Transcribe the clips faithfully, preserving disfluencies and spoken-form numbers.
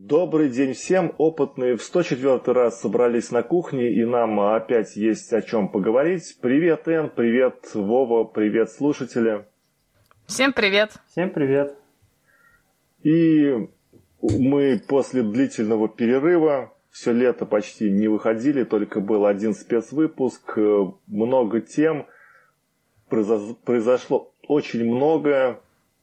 Добрый день всем. Опытные в сто четвёртый раз собрались на кухне, и нам опять есть о чем поговорить. Привет, Эн, привет, Вова, привет, слушатели. Всем привет. Всем привет. И мы после длительного перерыва, все лето почти не выходили, только был один спецвыпуск, много тем, произошло очень многое.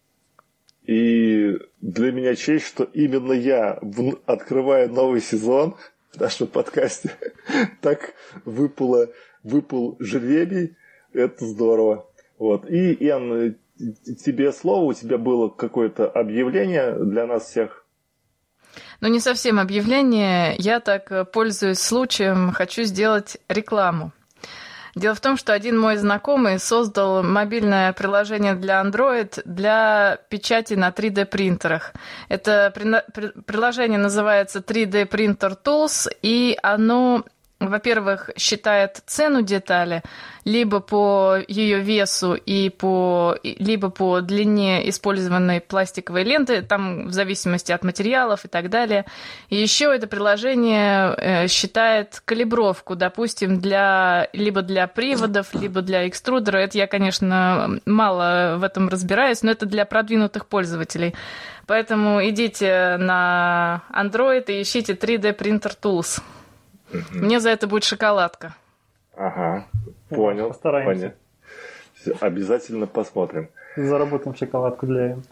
И для меня честь, что именно я открываю новый сезон в нашем подкасте. Так выпало, выпал жребий. Это здорово. Вот. И, Ян, тебе слово. У тебя было какое-то объявление для нас всех? Ну, не совсем объявление. Я так, пользуясь случаем, хочу сделать рекламу. Дело в том, что один мой знакомый создал мобильное приложение для Android для печати на три дэ принтерах. Это приложение называется три дэ Printer Tools, и оно, во-первых, считает цену детали либо по ее весу и по, либо по длине использованной пластиковой ленты, там в зависимости от материалов и так далее. И еще это приложение считает калибровку, допустим, для, либо для приводов, либо для экструдера. Это я, конечно, мало в этом разбираюсь, но это для продвинутых пользователей. Поэтому идите на Android и ищите три дэ Printer Tools. Мне за это будет шоколадка. Ага, понял. Постараемся. Понял. Обязательно посмотрим. Заработаем шоколадку для М.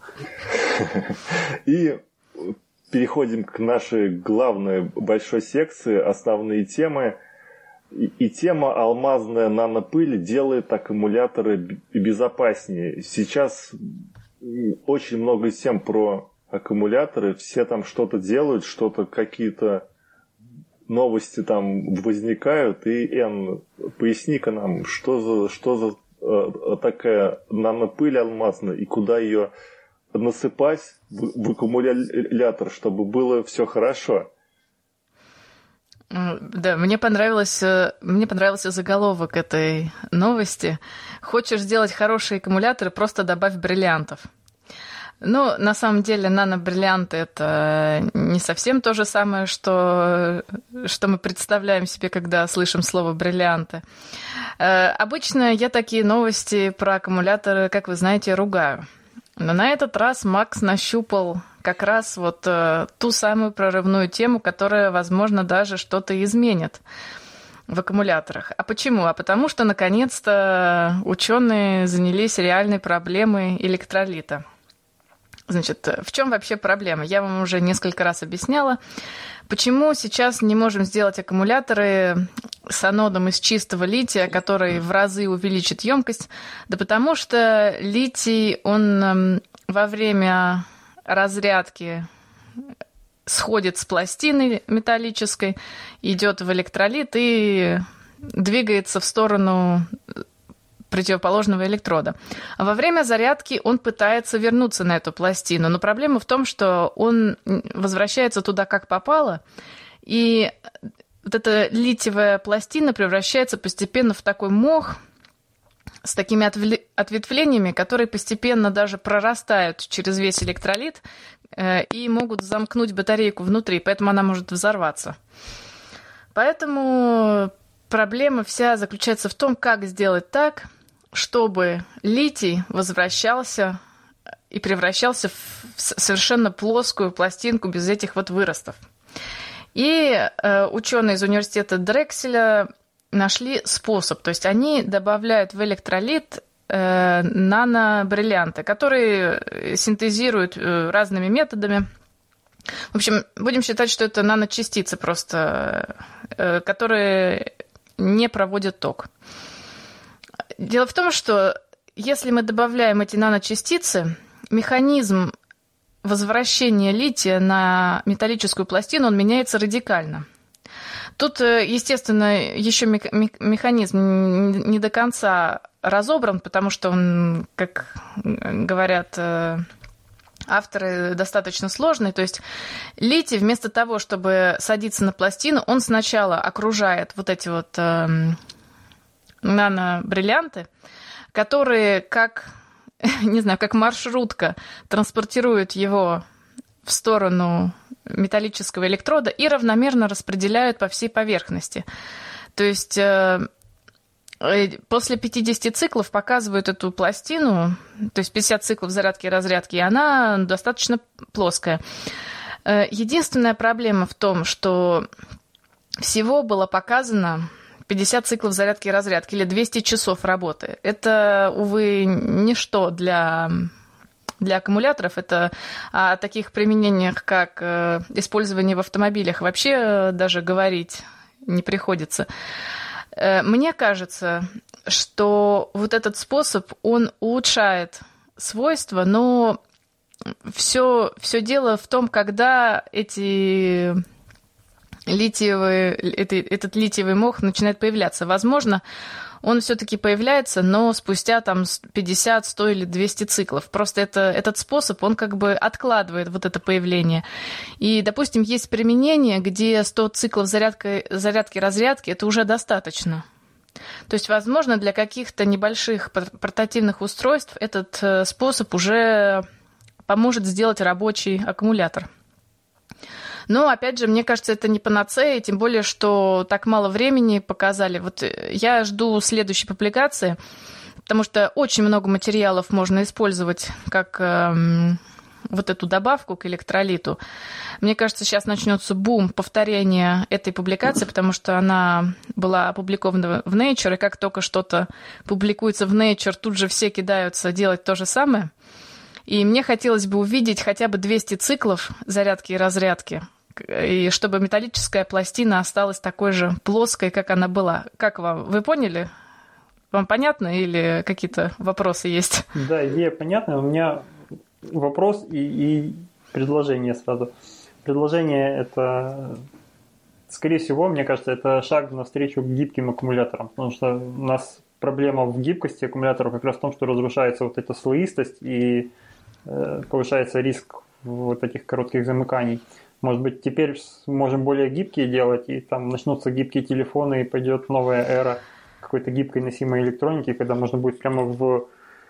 И переходим к нашей главной большой секции, основные темы. И, и тема алмазная нанопыль делает аккумуляторы безопаснее. Сейчас очень много тем про аккумуляторы. Все там что-то делают, что-то какие-то новости там возникают, и, Эн, поясни-ка нам, что за, что за э, такая нанопыль алмазная, и куда ее насыпать в, в аккумулятор, чтобы было все хорошо. Да, мне понравилось, мне понравился заголовок этой новости. Хочешь сделать хорошие аккумуляторы, просто добавь бриллиантов. Ну, на самом деле, нанобриллианты – это не совсем то же самое, что, что мы представляем себе, когда слышим слово «бриллианты». Обычно я такие новости про аккумуляторы, как вы знаете, ругаю. Но на этот раз Макс нащупал как раз вот ту самую прорывную тему, которая, возможно, даже что-то изменит в аккумуляторах. А почему? А потому что, наконец-то, ученые занялись реальной проблемой электролита. Значит, в чем вообще проблема? Я вам уже несколько раз объясняла, почему сейчас не можем сделать аккумуляторы с анодом из чистого лития, который в разы увеличит емкость. Да потому что литий, он во время разрядки сходит с пластины металлической, идет в электролит и двигается в сторону противоположного электрода. А во время зарядки он пытается вернуться на эту пластину, но проблема в том, что он возвращается туда как попало, и вот эта литиевая пластина превращается постепенно в такой мох с такими ответвлениями, которые постепенно даже прорастают через весь электролит и могут замкнуть батарейку внутри, поэтому она может взорваться. Поэтому проблема вся заключается в том, как сделать так, чтобы литий возвращался и превращался в совершенно плоскую пластинку без этих вот выростов. И э, ученые из университета Дрекселя нашли способ. То есть они добавляют в электролит э, нанобриллианты, которые синтезируют э, разными методами. В общем, будем считать, что это наночастицы просто, э, которые не проводят ток. Дело в том, что если мы добавляем эти наночастицы, механизм возвращения лития на металлическую пластину, он меняется радикально. Тут, естественно, еще механизм не до конца разобран, потому что он, как говорят авторы, достаточно сложный. То есть литий вместо того, чтобы садиться на пластину, он сначала окружает вот эти вот нанобриллианты, которые как, не знаю, как маршрутка транспортируют его в сторону металлического электрода и равномерно распределяют по всей поверхности. То есть после пятидесяти циклов показывают эту пластину, то есть пятьдесят циклов зарядки и разрядки, и она достаточно плоская. Единственная проблема в том, что всего было показано пятьдесят циклов зарядки и разрядки, или двести часов работы. Это, увы, ничто для, для аккумуляторов. Это о таких применениях, как использование в автомобилях, вообще даже говорить не приходится. Мне кажется, что вот этот способ, он улучшает свойства, но все, все дело в том, когда эти литиевые, это, этот литиевый мох начинает появляться. Возможно, он все-таки появляется, но спустя там пятьдесят, сто или двести циклов. Просто это, этот способ, он как бы откладывает вот это появление. И, допустим, есть применение, где сто циклов зарядки, зарядки-разрядки, это уже достаточно. То есть, возможно, для каких-то небольших портативных устройств этот способ уже поможет сделать рабочий аккумулятор. Но, опять же, мне кажется, это не панацея, тем более, что так мало времени показали. Вот я жду следующей публикации, потому что очень много материалов можно использовать как э, вот эту добавку к электролиту. Мне кажется, сейчас начнется бум повторения этой публикации, потому что она была опубликована в Nature, и как только что-то публикуется в Nature, тут же все кидаются делать то же самое. И мне хотелось бы увидеть хотя бы двести циклов зарядки и разрядки, и чтобы металлическая пластина осталась такой же плоской, как она была. Как вам? Вы поняли? Вам понятно или какие-то вопросы есть? Да, идея понятна. У меня вопрос и, и предложение сразу. Предложение – это, скорее всего, мне кажется, это шаг навстречу гибким аккумуляторам, потому что у нас проблема в гибкости аккумулятора как раз в том, что разрушается вот эта слоистость и э, повышается риск вот этих коротких замыканий. Может быть, теперь можем более гибкие делать, и там начнутся гибкие телефоны, и пойдет новая эра какой-то гибкой носимой электроники, когда можно будет прямо в,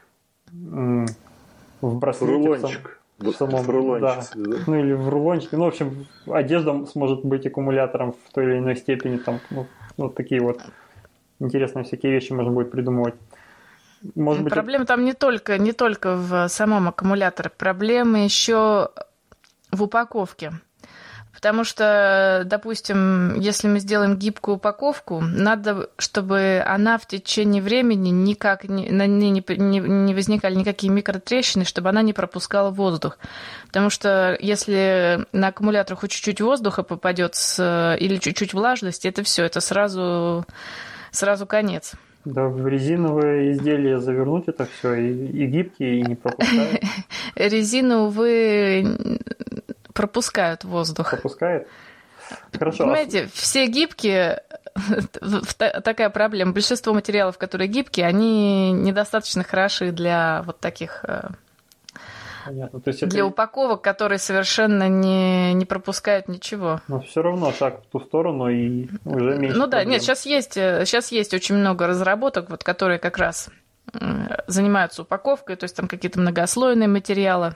в браслете. Рулончик. В самом, в рулончик. Да. Да. Ну или в рулончике. Ну, в общем, одежда сможет быть аккумулятором в той или иной степени. Там, ну, вот такие вот интересные всякие вещи можно будет придумывать. Может быть, проблема это... там не только, не только в самом аккумуляторе. Проблема еще в упаковке. Потому что, допустим, если мы сделаем гибкую упаковку, надо, чтобы она в течение времени никак не, на ней не, не, не возникали никакие микротрещины, чтобы она не пропускала воздух. Потому что если на аккумулятор хоть чуть-чуть воздуха попадет с, или чуть-чуть влажности, это все, это сразу, сразу конец. Да, в резиновые изделия завернуть это все, и, и гибкие, и не пропускают. Резину, увы, пропускают воздух. Пропускает? Хорошо. Понимаете, все гибкие, такая проблема. Большинство материалов, которые гибкие, они недостаточно хороши для вот таких... Понятно. То есть для это... упаковок, которые совершенно не, не пропускают ничего. Но все равно шаг в ту сторону и уже меньше. Ну да, проблем. нет, сейчас есть, сейчас есть очень много разработок, вот, которые как раз занимаются упаковкой, то есть там какие-то многослойные материалы.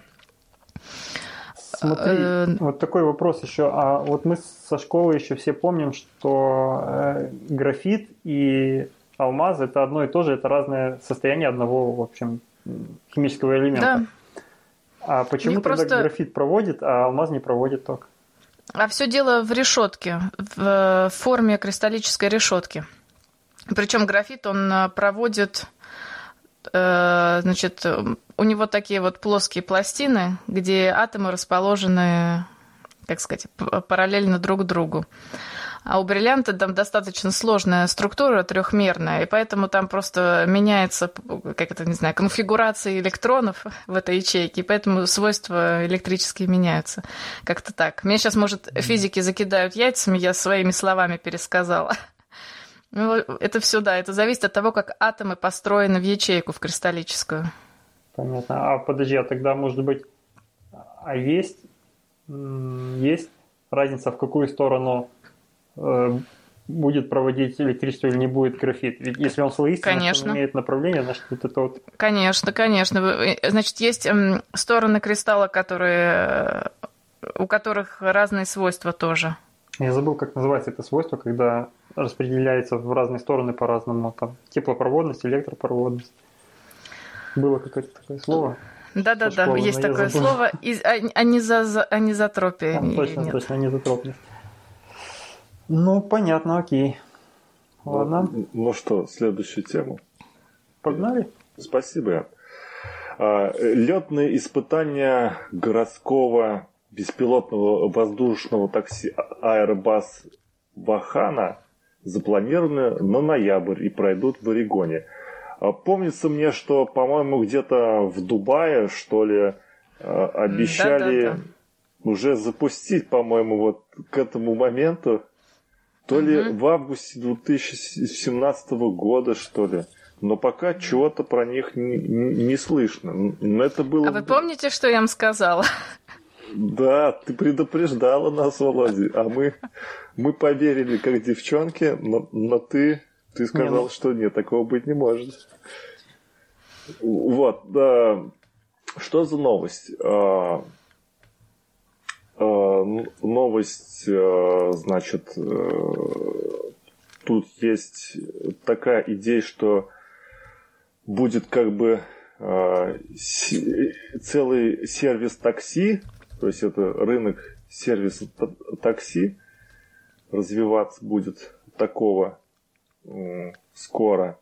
Смотри, вот такой вопрос еще. А вот мы со школы еще все помним, что э, графит и алмаз это одно и то же, это разное состояние одного, в общем, химического элемента. Да. А почему тогда просто... графит проводит, а алмаз не проводит ток? А все дело в решетке, в форме кристаллической решетки. Причем графит, он проводит, значит, у него такие вот плоские пластины, где атомы расположены, как сказать, параллельно друг другу. А у бриллианта там достаточно сложная структура, трехмерная, и поэтому там просто меняется, как это, не знаю, конфигурация электронов в этой ячейке, и поэтому свойства электрические меняются. Как-то так. Меня сейчас, может, физики закидают яйцами, я своими словами пересказала. Ну, это все, да, это зависит от того, как атомы построены в ячейку, в кристаллическую. Понятно. А подожди, а тогда, может быть, а есть, есть разница, в какую сторону будет проводить электричество или не будет графит? Ведь если он слоистый, конечно, он имеет направление, значит, вот это вот... Конечно, конечно. Значит, есть стороны кристалла, которые у которых разные свойства тоже. Я забыл, как называется это свойство, когда распределяется в разные стороны по-разному. Там теплопроводность, электропроводность. Было какое-то такое слово. Да-да-да, есть такое забыл. слово. Анизотропия. А, точно, Нет. точно, анизотропность. Ну, понятно, окей. Ладно. Ну, ну что, следующую тему. Погнали. Спасибо. Летные испытания городского беспилотного воздушного такси Airbus Vahana запланированы на ноябрь и пройдут в Орегоне. Помнится мне, что, по-моему, где-то в Дубае, что ли, обещали да, да, да. уже запустить, по-моему, вот к этому моменту, то ли угу. в августе две тысячи семнадцатого года, что ли. Но пока чего-то про них не, не, не слышно. Но это было... А вы помните, что я вам сказала? Да, ты предупреждала нас, Володя, а мы, мы поверили, как девчонки, но, но ты, ты сказал, не, ну... что нет, такого быть не может. Вот, да. Что за новость? А, а, новость, а, значит, а, тут есть такая идея, что будет как бы а, с, целый сервис такси, то есть это рынок сервиса такси развиваться будет такого м, скоро.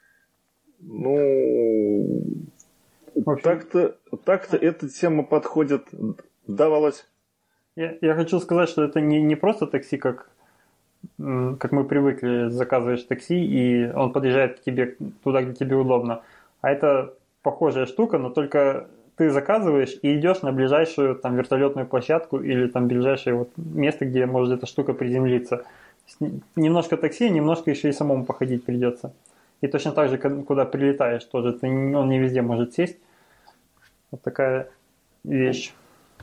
Ну, общем, так-то, так-то эта тема подходит. Да, Володь? Я, я хочу сказать, что это не, не просто такси, как, как мы привыкли, заказываешь такси, и он подъезжает к тебе туда, где тебе удобно. А это похожая штука, но только ты заказываешь и идешь на ближайшую там вертолетную площадку или там ближайшее вот место, где может эта штука приземлиться. Немножко такси, немножко еще и самому походить придется. И точно так же, куда прилетаешь, тоже ты, он не везде может сесть. Вот такая вещь.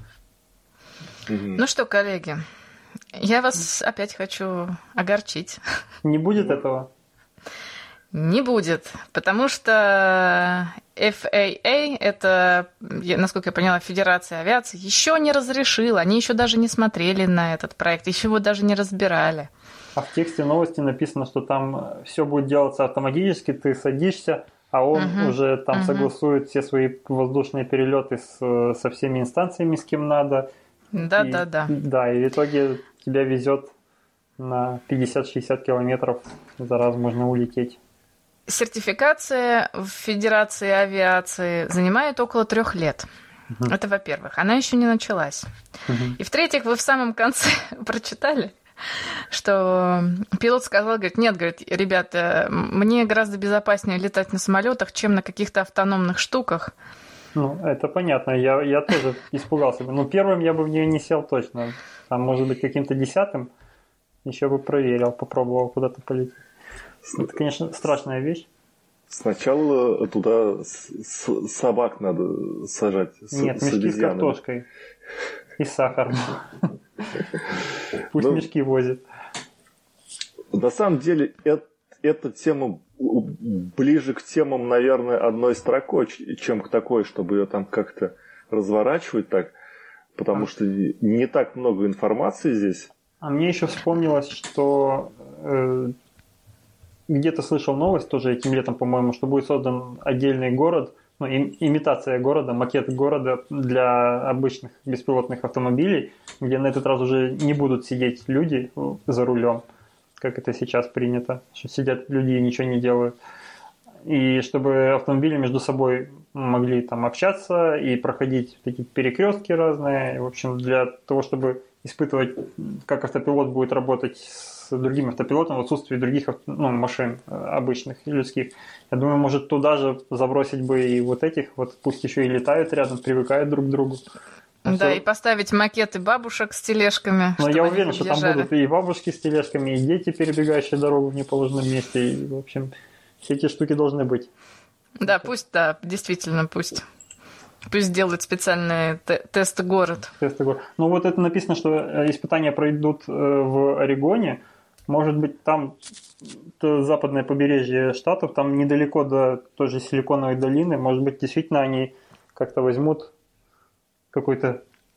Ну что, коллеги, я вас опять хочу огорчить. Не будет этого? Не будет, потому что эф эй эй, это, насколько я поняла, Федерация авиации, еще не разрешила, они еще даже не смотрели на этот проект, еще его даже не разбирали. А в тексте новости написано, что там все будет делаться автоматически, ты садишься, а он угу, уже там угу. согласует все свои воздушные перелеты с, со всеми инстанциями, с кем надо. Да, и, да, да. Да, и в итоге тебя везет на пятьдесят-шестьдесят километров, за раз можно улететь. Сертификация в Федерации авиации занимает около трех лет. Угу. Это, во-первых. Она еще не началась. Угу. И, в-третьих, вы в самом конце прочитали, что пилот сказал, говорит, нет, говорит, ребята, мне гораздо безопаснее летать на самолетах, чем на каких-то автономных штуках. Ну, это понятно. Я, я тоже испугался бы. Но первым я бы в нее не сел точно. Там, может быть, каким-то десятым еще бы проверил, попробовал куда-то полететь. Это, конечно, страшная вещь. Сначала туда с- с- собак надо сажать. С, Нет, с мешки обезьянами. с картошкой и сахаром. Пусть Ну, мешки возят. На самом деле, эт, эта тема ближе к темам, наверное, одной строкой, чем к такой, чтобы ее там как-то разворачивать так, потому что не так много информации здесь. А мне еще вспомнилось, что э, где-то слышал новость тоже этим летом, по-моему, что будет создан отдельный город, ну, им, имитация города, макет города для обычных беспилотных автомобилей, где на этот раз уже не будут сидеть люди за рулем, как это сейчас принято, что сидят люди и ничего не делают. И чтобы автомобили между собой могли там общаться и проходить такие перекрестки разные. И, в общем, для того, чтобы испытывать, как автопилот будет работать с другим автопилотом в отсутствии других ну, машин обычных и людских. Я думаю, может туда же забросить бы и вот этих, вот пусть еще и летают рядом, привыкают друг к другу. А да, все... и поставить макеты бабушек с тележками. Но я уверен, что там будут и бабушки с тележками, и дети, перебегающие дорогу в неположенном месте. И, в общем, все эти штуки должны быть. Да, пусть, да, действительно, пусть. Пусть делают специальные те- тесты город. Тесты город. Ну вот это написано, что испытания пройдут в Орегоне. Может быть, там западное побережье штатов, там недалеко до той же Силиконовой долины. Может быть, действительно они как-то возьмут какой-то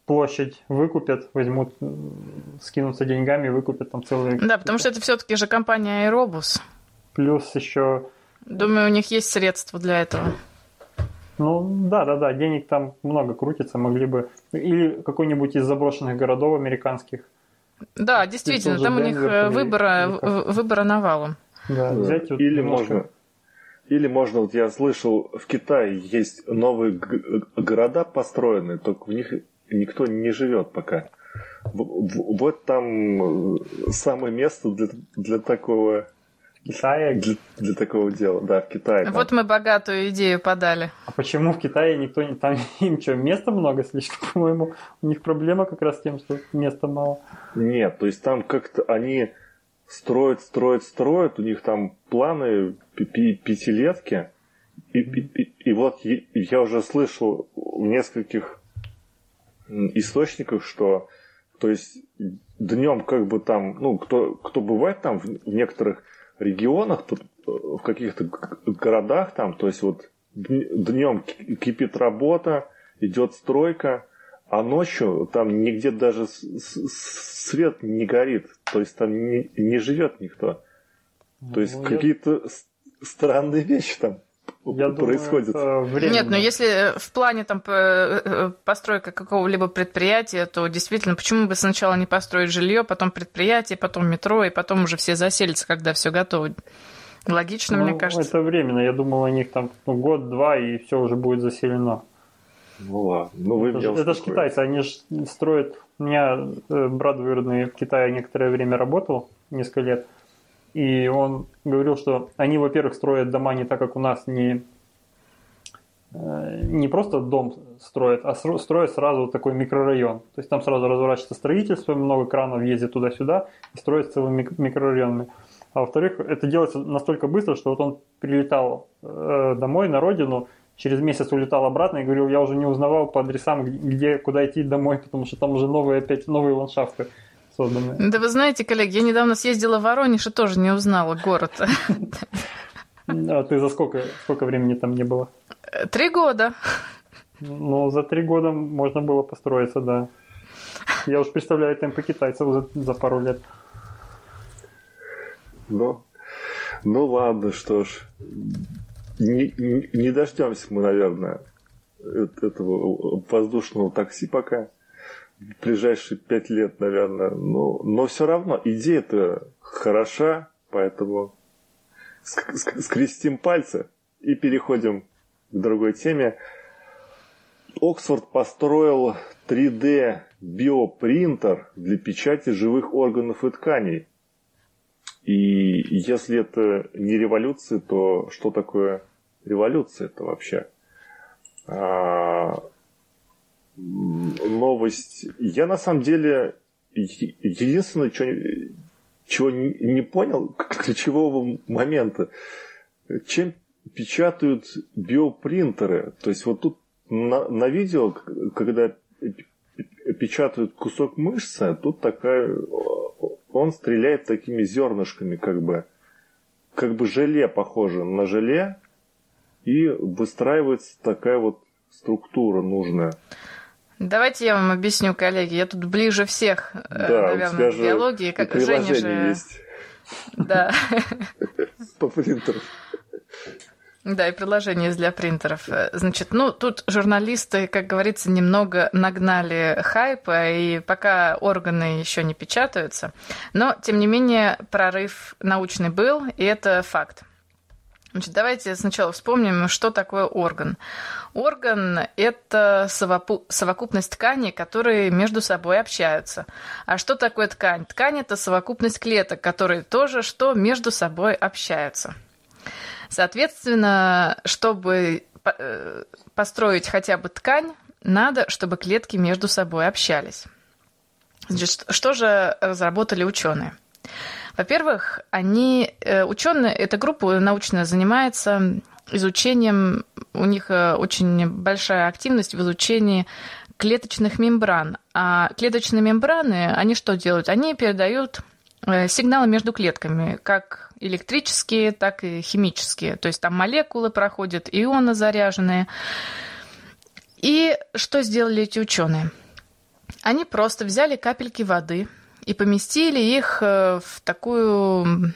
площадь выкупят, возьмут, скинутся деньгами, выкупят там целые... Да, потому что это все-таки же компания Aerobus. Плюс еще... Думаю, у них есть средства для этого. Ну, да-да-да, денег там много крутится, могли бы... Или какой-нибудь из заброшенных городов американских. Да, действительно, там у них выбора, выбора навалом. Да, взять вот или немножко... можно... Или можно, вот я слышал, в Китае есть новые г- города построенные, только в них никто не живет пока. В- в- вот там самое место для, для такого... В Китае? Для, для такого дела, да, в Китае. Там. Вот мы богатую идею подали. А почему в Китае никто не... Там им что, места много слишком, по-моему? У них проблема как раз с тем, что места мало. Нет, то есть там как-то они строят, строят, строят, у них там планы пи- пятилетки. И, и, и, и вот я уже слышал в нескольких источниках, что то есть днем как бы там, ну, кто, кто бывает там в некоторых регионах, тут, в каких-то городах там, то есть вот днем кипит работа, идет стройка, а ночью там нигде даже свет не горит, то есть там не, не живет никто. То есть ну, какие-то я... странные вещи там я происходят. Думаю, Нет, но если в плане там постройка какого-либо предприятия, то действительно, почему бы сначала не построить жилье, потом предприятие, потом метро, и потом уже все заселятся, когда все готово? Логично, ну, мне кажется. Это временно. Я думал, у них там ну, год-два, и все уже будет заселено. Ну ладно. Ну, вы это же, это же китайцы, они же строят... У меня брат двоюродный в Китае некоторое время работал, несколько лет. И он говорил, что они, во-первых, строят дома не так, как у нас, не, не просто дом строят, а строят сразу такой микрорайон. То есть там сразу разворачивается строительство, много кранов ездит туда-сюда и строят целыми микрорайонами. А во-вторых, это делается настолько быстро, что вот он прилетал домой на родину, через месяц улетал обратно и говорил, я уже не узнавал по адресам, где, куда идти домой, потому что там уже новые опять новые ландшафты. Созданные. Да вы знаете, коллеги, я недавно съездила в Воронеж и тоже не узнала город. А ты за сколько, сколько времени там не было? Три года. Ну, за три года можно было построиться, да. Я уж представляю темпы китайцев за, за пару лет. Ну, ну ладно, что ж. Не, не, не дождемся мы, наверное, этого воздушного такси пока. В ближайшие пять лет, наверное. Но, но все равно идея-то хороша, поэтому скрестим пальцы и переходим к другой теме. Оксфорд построил три дэ биопринтер для печати живых органов и тканей. И если это не революция, то что такое революция-то вообще? А... Новость. Я на самом деле единственное, что, чего не понял, ключевого момента, чем печатают биопринтеры. То есть вот тут на, на видео, когда печатают кусок мышцы, тут такая, он стреляет такими зернышками, как бы, как бы желе похоже на желе, и выстраивается такая вот структура нужная. Давайте я вам объясню, коллеги. Я тут ближе всех, да, наверное, к биологии. Как Женя же... есть. Да. По принтеру. Да, и приложение есть для принтеров. Значит, ну, тут журналисты, как говорится, немного нагнали хайпа, и пока органы еще не печатаются. Но, тем не менее, прорыв научный был, и это факт. Значит, давайте сначала вспомним, что такое орган. Орган – это совокупность тканей, которые между собой общаются. А что такое ткань? Ткань – это совокупность клеток, которые тоже что между собой общаются. Соответственно, чтобы построить хотя бы ткань, надо, чтобы клетки между собой общались. Значит, что же разработали ученые? Во-первых, они, ученые, эта группа научная занимается изучением, у них очень большая активность в изучении клеточных мембран. А клеточные мембраны, они что делают? Они передают сигналы между клетками, как электрические, так и химические. То есть там молекулы проходят, ионы заряженные. И что сделали эти ученые? Они просто взяли капельки воды и поместили их в такую,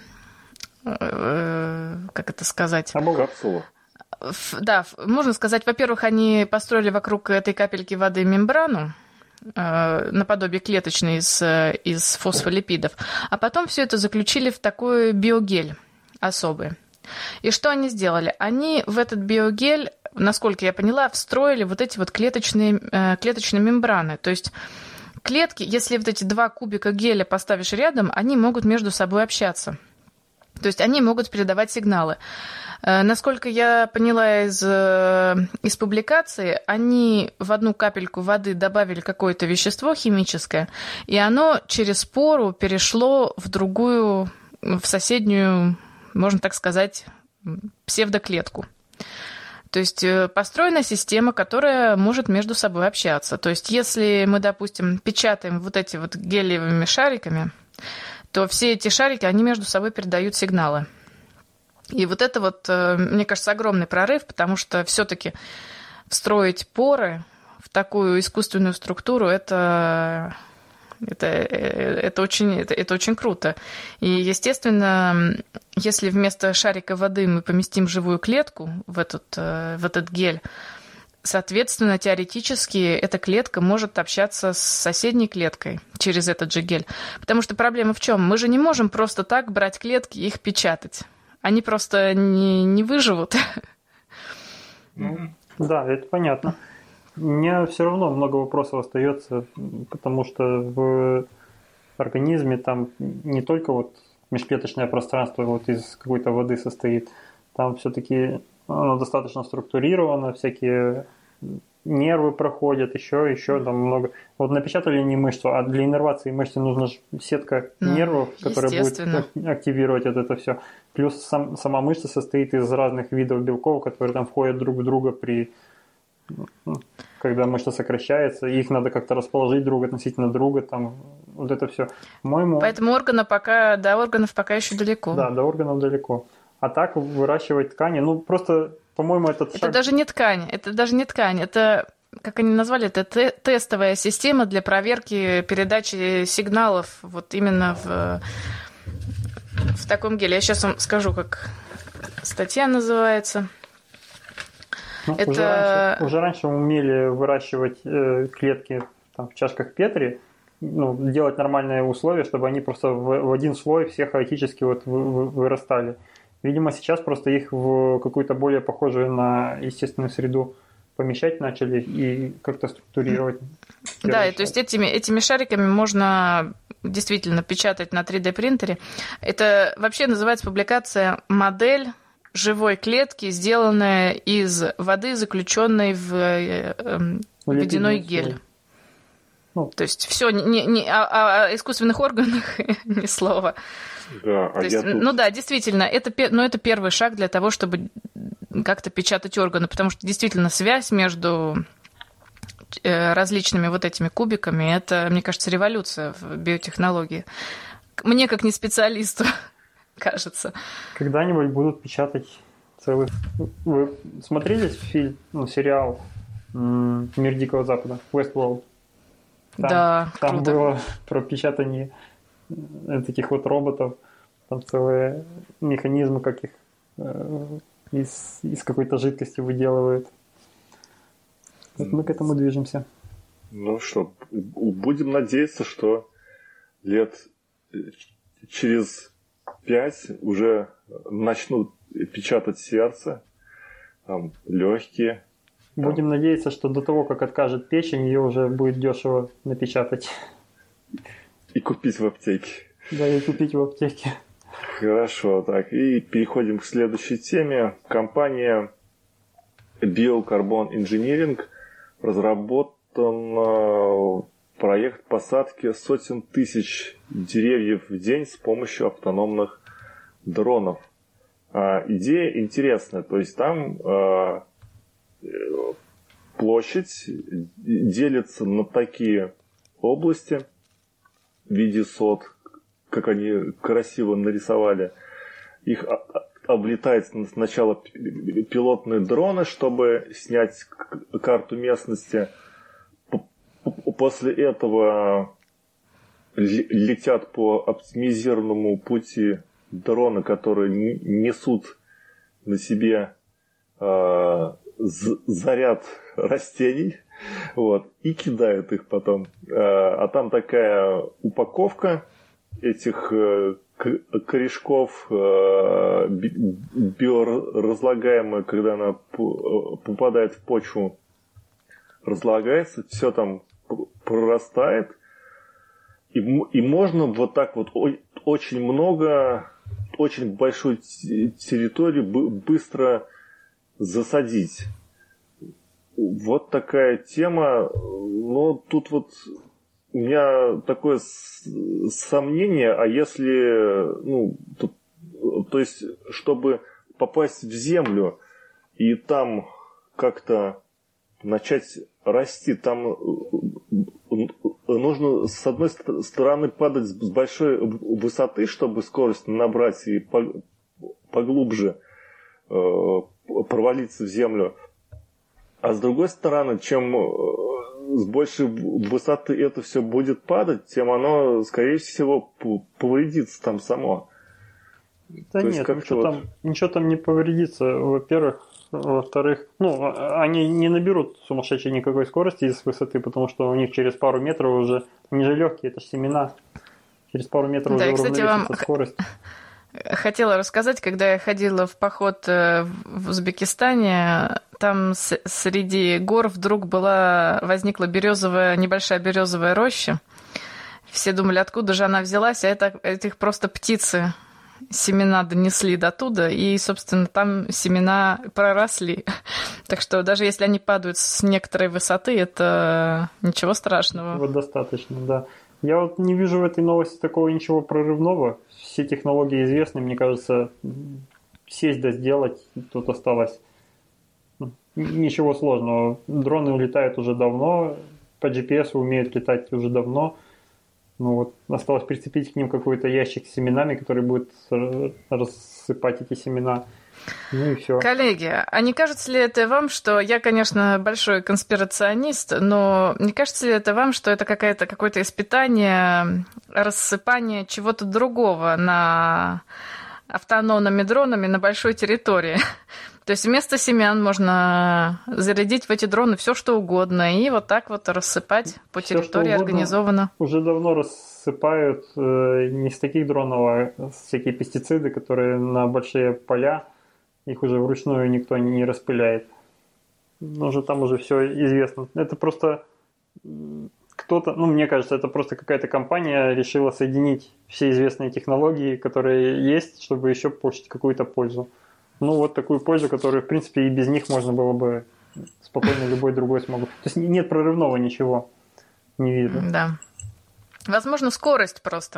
как это сказать? Капсулу. Да, можно сказать, во-первых, они построили вокруг этой капельки воды мембрану, наподобие клеточной из, из фосфолипидов, а потом все это заключили в такой биогель особый. И что они сделали? Они в этот биогель, насколько я поняла, встроили вот эти вот клеточные, клеточные мембраны. То есть клетки, если вот эти два кубика геля поставишь рядом, они могут между собой общаться. То есть они могут передавать сигналы. Насколько я поняла из, из публикации, они в одну капельку воды добавили какое-то вещество химическое, и оно через пору перешло в другую, в соседнюю, можно так сказать, псевдоклетку. То есть построена система, которая может между собой общаться. То есть если мы, допустим, печатаем вот эти вот гелиевыми шариками, то все эти шарики, они между собой передают сигналы. И вот это вот, мне кажется, огромный прорыв, потому что все-таки встроить поры в такую искусственную структуру, это, это, это, очень, это, это очень круто. И, естественно, если вместо шарика воды мы поместим живую клетку в этот, в этот гель, соответственно, теоретически эта клетка может общаться с соседней клеткой через этот же гель. Потому что проблема в чем? Мы же не можем просто так брать клетки и их печатать. Они просто не, не выживут. Ну, да, это понятно. У меня все равно много вопросов остается, потому что в организме там не только вот межклеточное пространство вот из какой-то воды состоит, там все-таки оно достаточно структурировано, всякие нервы проходят, еще, еще там много. Вот напечатали не мышцу, а для иннервации мышцы нужна сетка нервов, которая будет активировать вот это все. Плюс сам, сама мышца состоит из разных видов белков, которые там входят друг в друга при, когда мышца сокращается, их надо как-то расположить друг относительно друга, там вот это все. По-моему, поэтому органа пока, до органов пока еще далеко. Да, до органов далеко. А так выращивать ткани, ну просто, по-моему, этот это шаг... даже не ткань, это даже не ткань, это, как они назвали, это те- тестовая система для проверки передачи сигналов вот именно в, в таком геле. Я сейчас вам скажу, как статья называется. Ну, это... уже, раньше, уже раньше умели выращивать э, клетки там, в чашках Петри, ну, делать нормальные условия, чтобы они просто в, в один слой все хаотически вот вы, вы, вырастали. Видимо, сейчас просто их в какую-то более похожую на естественную среду помещать начали и как-то структурировать. Да, и, то есть этими, этими шариками можно действительно печатать на три дэ принтере. Это вообще называется публикация «Модель живой клетки, сделанная из воды, заключенной в э, водяной гель». Ну. То есть все, не, не, о, о искусственных органах ни слова. Да, а есть, я тут... Ну да, действительно, это, ну, это первый шаг для того, чтобы как-то печатать органы, потому что действительно связь между различными вот этими кубиками, это, мне кажется, революция в биотехнологии. Мне, как не специалисту, кажется. Когда-нибудь будут печатать целых... Вы смотрели фильм, ну, сериал «Мир Дикого Запада», Westworld? Там, да, там круто. Было про печатание таких вот роботов, там целые механизмы, как их э, из, из какой-то жидкости выделывают. Вот мы к этому движемся. Ну что, будем надеяться, что лет через пять уже начнут печатать сердце, там, легкие. Будем надеяться, что до того, как откажет печень, ее уже будет дешево напечатать. И купить в аптеке. Да, и купить в аптеке. Хорошо, так, и переходим к следующей теме. Компания Biocarbon Engineering разработан проект посадки сотен тысяч деревьев в день с помощью автономных дронов. А, идея интересная, то есть там а, площадь делится на такие области в виде сот, как они красиво нарисовали. Их облетают сначала пилотные дроны, чтобы снять карту местности. после этого летят по оптимизированному пути дроны, которые несут на себе э, заряд растений, вот, и кидают их потом. Э, а там такая упаковка этих э, корешков э, биоразлагаемая, когда она попадает в почву, разлагается, все там прорастает. И, и можно вот так вот очень много, очень большую территорию быстро засадить. Вот такая тема. Но тут вот у меня такое сомнение, а если, ну, тут, то есть, чтобы попасть в землю и там как-то начать расти, там нужно, с одной стороны, падать с большой высоты, чтобы скорость набрать и поглубже провалиться в землю. А с другой стороны, чем с большей высоты это все будет падать, тем оно, скорее всего, повредится там само. Да То нет, ничего, вот... там, ничего там не повредится. Во-первых, во-вторых, ну, они не наберут сумасшедшей никакой скорости из высоты, потому что у них через пару метров уже, они же легкие, это же семена, через пару метров да, уже уравновесится вам... скорость. Хотела рассказать, когда я ходила в поход в Узбекистане, там среди гор вдруг была, возникла березовая, небольшая березовая роща. Все думали, откуда же она взялась, а это, это их просто птицы семена донесли до туда, и, собственно, там семена проросли. Так что даже если они падают с некоторой высоты, это ничего страшного. Вот достаточно, да. Я вот не вижу в этой новости такого ничего прорывного. Все технологии известны, мне кажется, сесть да сделать, тут осталось ничего сложного. Дроны улетают уже давно, по джи пи эс умеют летать уже давно. Ну вот, осталось прицепить к ним какой-то ящик с семенами, который будет рассыпать эти семена. Ну и все. Коллеги, а не кажется ли это вам, что я, конечно, большой конспирационист, но не кажется ли это вам, что это какое-то, какое-то испытание, рассыпание чего-то другого на автономными дронами на большой территории? То есть вместо семян можно зарядить в эти дроны все, что угодно, и вот так вот рассыпать по все, территории организованно. Уже давно рассыпают э, не с таких дронов, а всякие пестициды, которые на большие поля, их уже вручную никто не распыляет. Уже там уже все известно. Это просто кто-то, ну мне кажется, это просто какая-то компания решила соединить все известные технологии, которые есть, чтобы еще получить какую-то пользу. Ну, вот такую пользу, которую, в принципе, и без них можно было бы спокойно любой другой смог. То есть нет прорывного ничего. Не видно. Да. Возможно, скорость просто.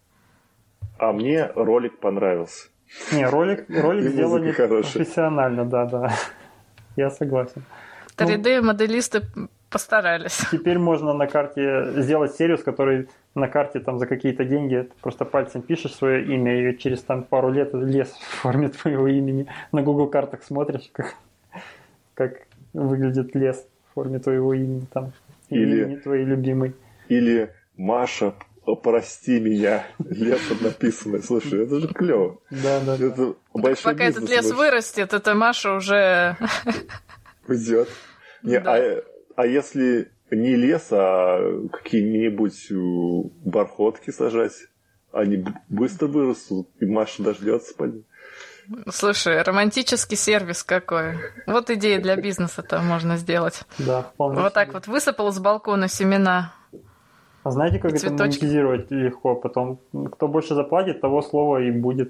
А мне ролик понравился. Не, ролик, ролик сделали профессионально, да, да. Я согласен. три дэ-моделисты постарались. Теперь можно на карте сделать серию, с которой на карте там за какие-то деньги ты просто пальцем пишешь свое имя, и через там пару лет лес в форме твоего имени. На Google картах смотришь, как, как выглядит лес в форме твоего имени, там, или имени твоей любимой. Или Маша, прости меня, лесом написано. Слушай, это же клево. Да, да. Это большой пока бизнес, этот лес больше. Вырастет, эта Маша уже уйдет. Не, да. а, а если не лес, а какие-нибудь бархотки сажать, они быстро вырастут, и Маша дождется по ним. Слушай, романтический сервис какой. Вот идея для бизнеса-то можно сделать. Да, вполне. Вот так вот высыпал с балкона семена. А знаете, как цветочки. Это монетизировать легко? Потом, кто больше заплатит, того слова и будет.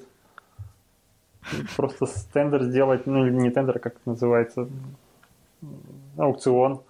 Просто тендер сделать, ну не тендер, как это называется, аукцион.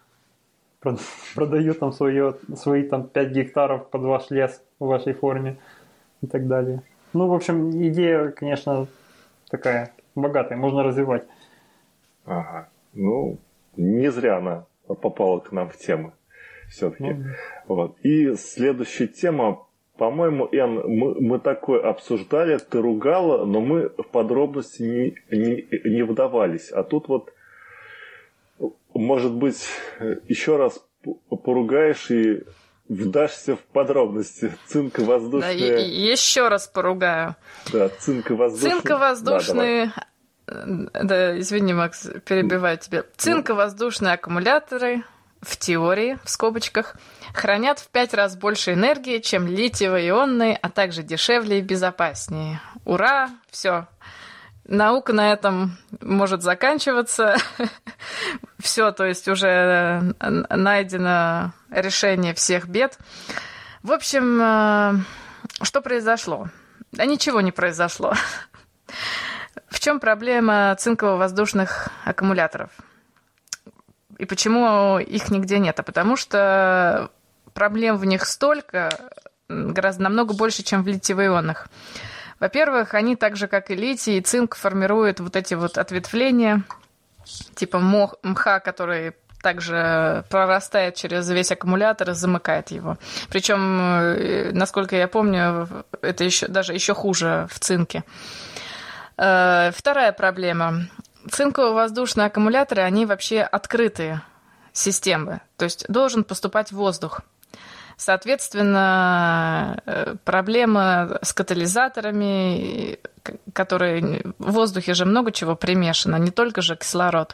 Продают там свое, свои там пять гектаров под ваш лес в вашей форме и так далее. Ну, в общем, идея, конечно, такая богатая, можно развивать. Ага. Ну, не зря она попала к нам в тему. Все-таки. Mm-hmm. Вот. И следующая тема, по-моему, Эн, мы, мы такое обсуждали, ты ругала, но мы в подробности не, не, не вдавались. А тут вот, может быть, еще раз поругаешь и вдашься в подробности. Цинковоздушные... Да, еще раз поругаю. Да, цинковоздушные... Цинковоздушные... Да, да, извини, Макс, перебиваю тебя. Цинковоздушные аккумуляторы, в теории, в скобочках, хранят в пять раз больше энергии, чем литиево-ионные, а также дешевле и безопаснее. Ура! Все. Наука на этом может заканчиваться. Все, то есть уже найдено решение всех бед. В общем, что произошло? Да ничего не произошло. В чем проблема цинково-воздушных аккумуляторов? И почему их нигде нет? А потому что проблем в них столько, гораздо намного больше, чем в литиево-ионных. Во-первых, они так же, как и литий, и цинк формируют вот эти вот ответвления, типа мох, мха, который также прорастает через весь аккумулятор и замыкает его. Причем, насколько я помню, это еще, даже еще хуже в цинке. Вторая проблема. Цинково-воздушные аккумуляторы, они вообще открытые системы, то есть должен поступать воздух. Соответственно, проблема с катализаторами, которые в воздухе же много чего примешано, не только же кислород.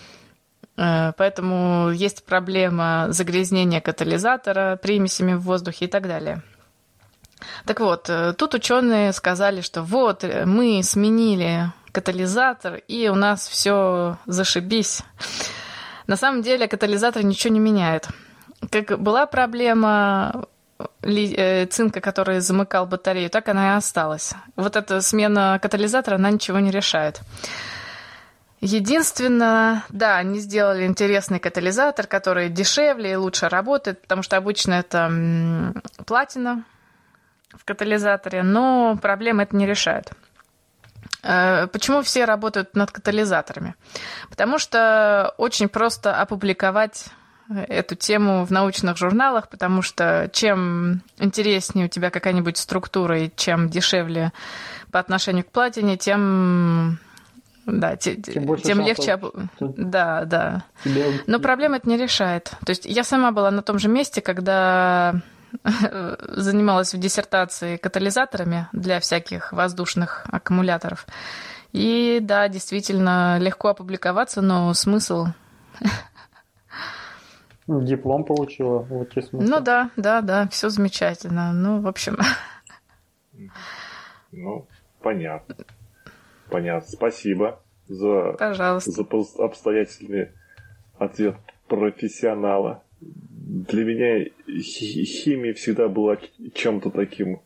Поэтому есть проблема загрязнения катализатора примесями в воздухе и так далее. Так вот, тут ученые сказали, что вот мы сменили катализатор, и у нас все зашибись. На самом деле катализатор ничего не меняет. Как была проблема цинка, который замыкал батарею, так она и осталась. Вот эта смена катализатора, она ничего не решает. Единственное, да, они сделали интересный катализатор, который дешевле и лучше работает, потому что обычно это платина в катализаторе, но проблемы это не решает. Почему все работают над катализаторами? Потому что очень просто опубликовать эту тему в научных журналах, потому что чем интереснее у тебя какая-нибудь структура и чем дешевле по отношению к платине, тем, да, те, тем, тем легче... Об... Да, да. Но проблема это не решает. То есть я сама была на том же месте, когда занималась в диссертации катализаторами для всяких воздушных аккумуляторов. И да, действительно, легко опубликоваться, но смысл... Диплом получила, вот и смысл. Ну да, да, да, все замечательно. Ну, в общем... Ну, понятно. Понятно. Спасибо за, Пожалуйста. за обстоятельный ответ профессионала. Для меня химия всегда была чем-то таким...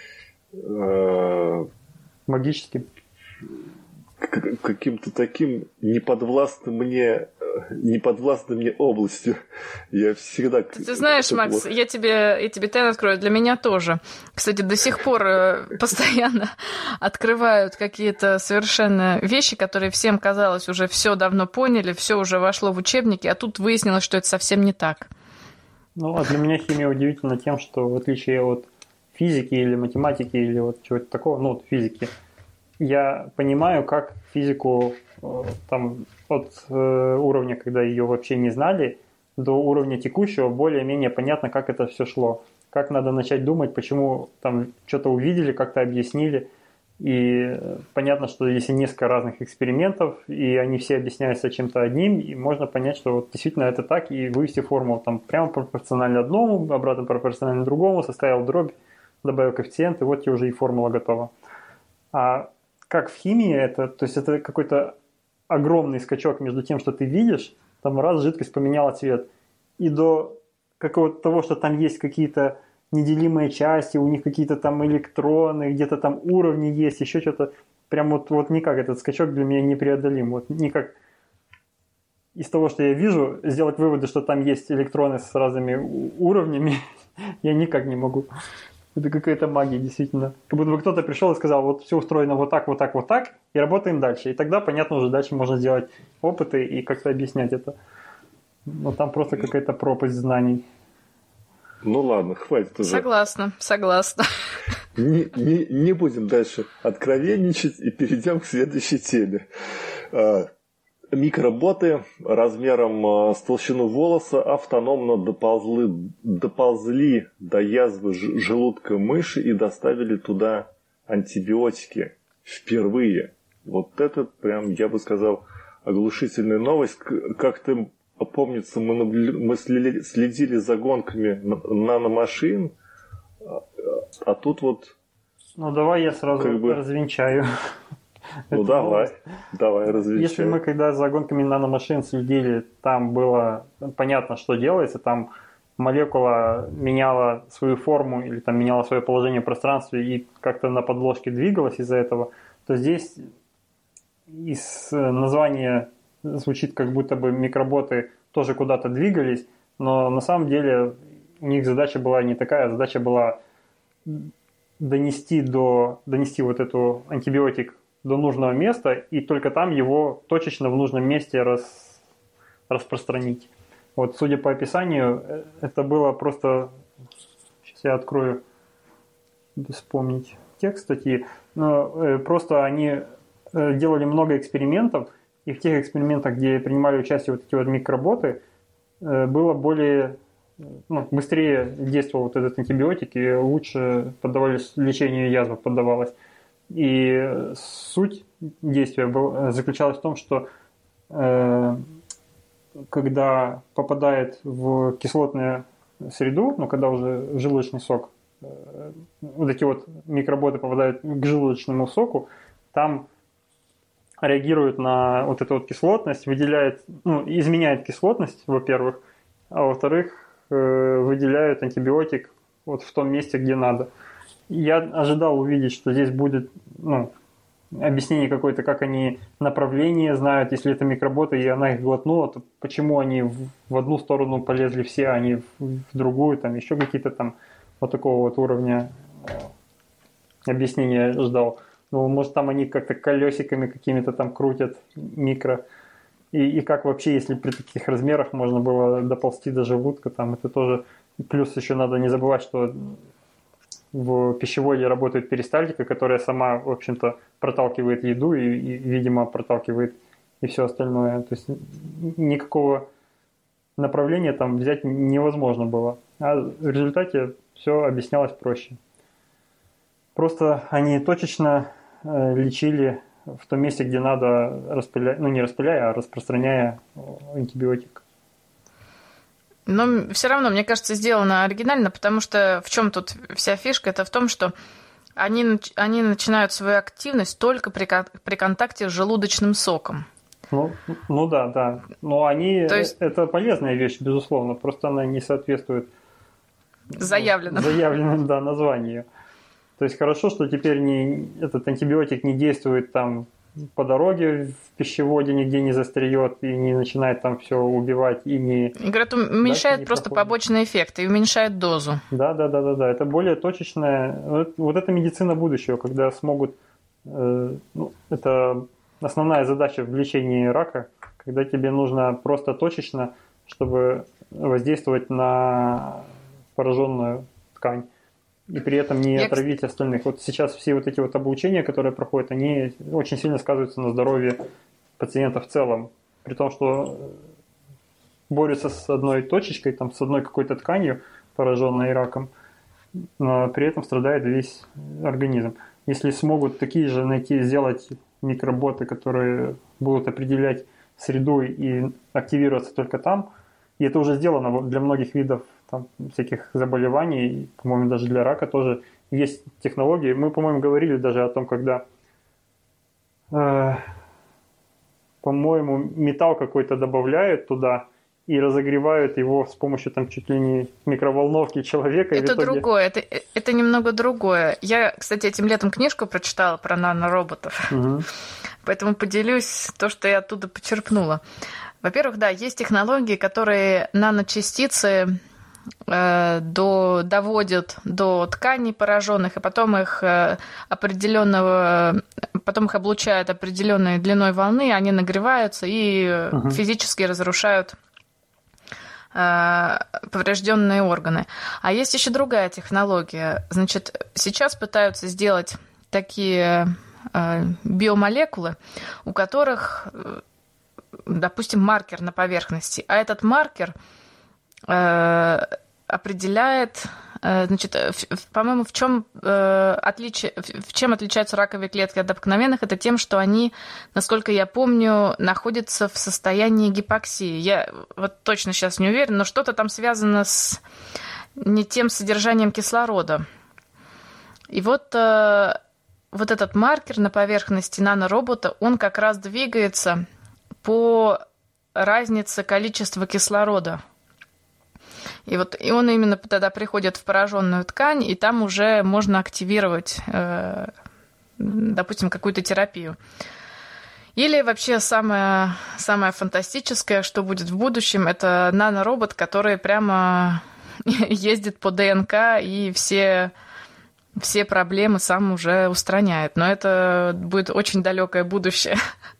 Э, магическим. Каким-то таким неподвластным мне, неподвластным мне областью. Я всегда... Ты, ты знаешь, Макс, было... я тебе, я тебе тайну открою, для меня тоже. Кстати, до сих пор постоянно открывают какие-то совершенно вещи, которые всем казалось уже все давно поняли, все уже вошло в учебники, а тут выяснилось, что это совсем не так. Ну, а для меня химия удивительна тем, что в отличие от физики или математики или вот чего-то такого, ну, от физики, я понимаю, как физику там, от э, уровня, когда ее вообще не знали, до уровня текущего более-менее понятно, как это все шло. Как надо начать думать, почему там что-то увидели, как-то объяснили. И понятно, что если несколько разных экспериментов, и они все объясняются чем-то одним, и можно понять, что вот действительно это так, и вывести формулу там прямо пропорционально одному, обратно пропорционально другому, составил дробь, добавил коэффициент, и вот тебе уже и формула готова. А как в химии это, то есть это какой-то огромный скачок между тем, что ты видишь, там раз жидкость поменяла цвет, и до какого-то того, что там есть какие-то неделимые части, у них какие-то там электроны, где-то там уровни есть, еще что-то. Прям вот, вот никак этот скачок для меня непреодолим. Вот никак из того, что я вижу, сделать выводы, что там есть электроны с разными уровнями, я никак не могу. Это какая-то магия, действительно. Как будто бы кто-то пришел и сказал, вот все устроено вот так, вот так, вот так, и работаем дальше. И тогда, понятно, уже дальше можно сделать опыты и как-то объяснять это. Но там просто какая-то пропасть знаний. Ну ладно, хватит уже. Согласна, согласна. Не, не, не будем дальше откровенничать и перейдем к следующей теме. микроботы размером с толщину волоса автономно доползли, доползли до язвы желудка мыши и доставили туда антибиотики впервые. Вот это прям, я бы сказал, оглушительная новость. Как-то, помнится, мы, наблю... мы следили за гонками наномашин, а тут вот... Ну, давай я сразу как бы... развенчаю. Ну, давай, давай развенчай. Если мы когда за гонками наномашин следили, там было понятно, что делается, там молекула меняла свою форму или там меняла свое положение в пространстве и как-то на подложке двигалась из-за этого, то здесь из названия звучит, как будто бы микроботы тоже куда-то двигались, но на самом деле у них задача была не такая, задача была донести, до, донести вот эту антибиотик до нужного места и только там его точечно в нужном месте рас, распространить. Вот, судя по описанию, это было просто... Сейчас я открою, вспомнить текст статьи. Но просто они делали много экспериментов, и в тех экспериментах, где принимали участие вот эти вот микроботы, было более... Ну, быстрее действовал вот этот антибиотик, и лучше поддавались лечению язвы, поддавалось. И суть действия был, заключалась в том, что э, когда попадает в кислотную среду, ну, когда уже желудочный сок, э, вот эти вот микроботы попадают к желудочному соку, там реагируют на вот эту вот кислотность, выделяет, ну, изменяет кислотность, во-первых, а во-вторых, э, выделяют антибиотик вот в том месте, где надо. Я ожидал увидеть, что здесь будет, ну, объяснение какое-то, как они направление знают, если это микроботы, и она их глотнула, то почему они в одну сторону полезли все, а не в другую, там еще какие-то там вот такого вот уровня объяснения ждал. Ну, может, там они как-то колесиками какими-то там крутят микро. И, и как вообще, если при таких размерах можно было доползти до желудка, там это тоже... Плюс еще надо не забывать, что в пищеводе работает перистальтика, которая сама, в общем-то, проталкивает еду и, и, видимо, проталкивает и все остальное. То есть никакого направления там взять невозможно было. А в результате все объяснялось проще. Просто они точечно э, лечили в том месте, где надо, распыляя, ну не распыляя, а распространяя антибиотик. Но все равно, мне кажется, сделано оригинально, потому что в чем тут вся фишка? Это в том, что они, они начинают свою активность только при, при контакте с желудочным соком. Ну, ну да, да. Но они, То есть... это полезная вещь, безусловно, просто она не соответствует заявленному, заявленному да, названию. То есть хорошо, что теперь не, этот антибиотик не действует там по дороге в пищеводе, нигде не застряет и не начинает там все убивать. И не, и, говорят, уменьшает да, просто проходит. Побочные эффекты и уменьшает дозу. Да, да, да, да, да. Это более точечная. Вот, вот это медицина будущего, когда смогут. Э, ну, это основная задача в лечении рака, когда тебе нужно просто точечно, чтобы воздействовать на пораженную ткань. И при этом не Я... отравить остальных. Вот сейчас все вот эти вот облучения, которые проходят, они очень сильно сказываются на здоровье пациента в целом. При том, что борются с одной точечкой, там, с одной какой-то тканью, пораженной раком, но при этом страдает весь организм. Если смогут такие же найти, сделать микроботы, которые будут определять среду и активироваться только там, и это уже сделано для многих видов там, всяких заболеваний, по-моему, даже для рака тоже есть технологии. Мы, по-моему, говорили даже о том, когда, э, по-моему, металл какой-то добавляют туда и разогревают его с помощью там чуть ли не микроволновки человека. Это итоге... другое, это, это немного другое. Я, кстати, этим летом книжку прочитала про нанороботов, угу. Поэтому поделюсь то, что я оттуда почерпнула. Во-первых, да, есть технологии, которые наночастицы До, доводят до тканей пораженных, и потом их определенного, потом их облучают определенной длиной волны, они нагреваются и uh-huh. физически разрушают поврежденные органы. А есть еще другая технология. Значит, сейчас пытаются сделать такие биомолекулы, у которых допустим, маркер на поверхности, а этот маркер э, определяет, э, значит, в, по-моему, в чем э, отличие, в чем отличаются раковые клетки от обыкновенных, это тем, что они, насколько я помню, находятся в состоянии гипоксии. Я вот точно сейчас не уверена, но что-то там связано с не тем содержанием кислорода. И вот, э, вот этот маркер на поверхности наноробота, он как раз двигается по разнице количества кислорода. И вот и он именно тогда приходит в пораженную ткань, и там уже можно активировать, э, допустим, какую-то терапию. Или вообще самое, самое фантастическое, что будет в будущем, это наноробот, который прямо ездит по ДНК и все, все проблемы сам уже устраняет. Но это будет очень далекое будущее.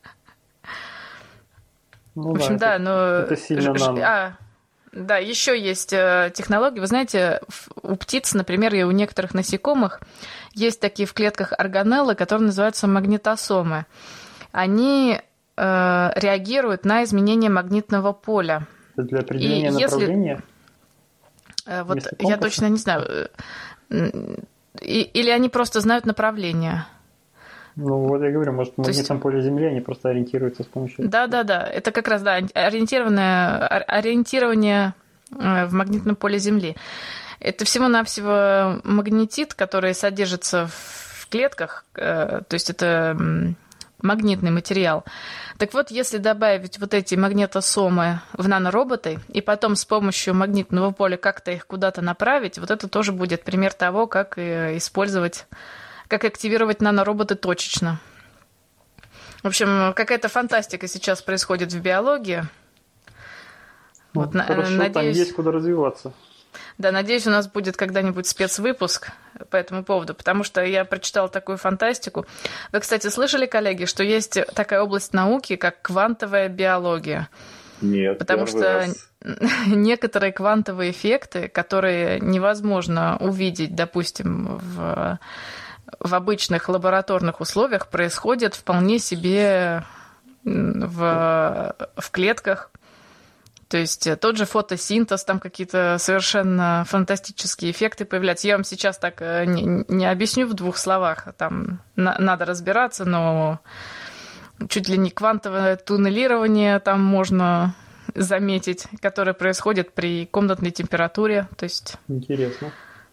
Ну, в общем, да, да, это, но... это сильно нано. А, да, еще есть технологии. Вы знаете, у птиц, например, и у некоторых насекомых есть такие в клетках органеллы, которые называются магнитосомы. Они э, реагируют на изменение магнитного поля. Это для определения и направления? Если, вот я точно не знаю. И, или они просто знают направление. Ну, вот я говорю, может, в магнитном есть... поле Земли они просто ориентируются с помощью... Да-да-да, это как раз, да, ориентированное, ориентирование в магнитном поле Земли. Это всего-навсего магнетит, который содержится в клетках, то есть это магнитный материал. Так вот, если добавить вот эти магнитосомы в нанороботы и потом с помощью магнитного поля как-то их куда-то направить, вот это тоже будет пример того, как использовать... как активировать нанороботы точечно. В общем, какая-то фантастика сейчас происходит в биологии. Ну, вот, хорошо, надеюсь, там есть куда развиваться. Да, надеюсь, у нас будет когда-нибудь спецвыпуск по этому поводу, потому что я прочитала такую фантастику. Вы, кстати, слышали, коллеги, что есть такая область науки, как квантовая биология? Нет, потому что раз. некоторые квантовые эффекты, которые невозможно увидеть, допустим, в... в обычных лабораторных условиях, происходит вполне себе в, в клетках. То есть тот же фотосинтез, там какие-то совершенно фантастические эффекты появляются. Я вам сейчас так не, не объясню в двух словах. Там на, надо разбираться, но чуть ли не квантовое туннелирование там можно заметить, которое происходит при комнатной температуре. То есть... Интересно.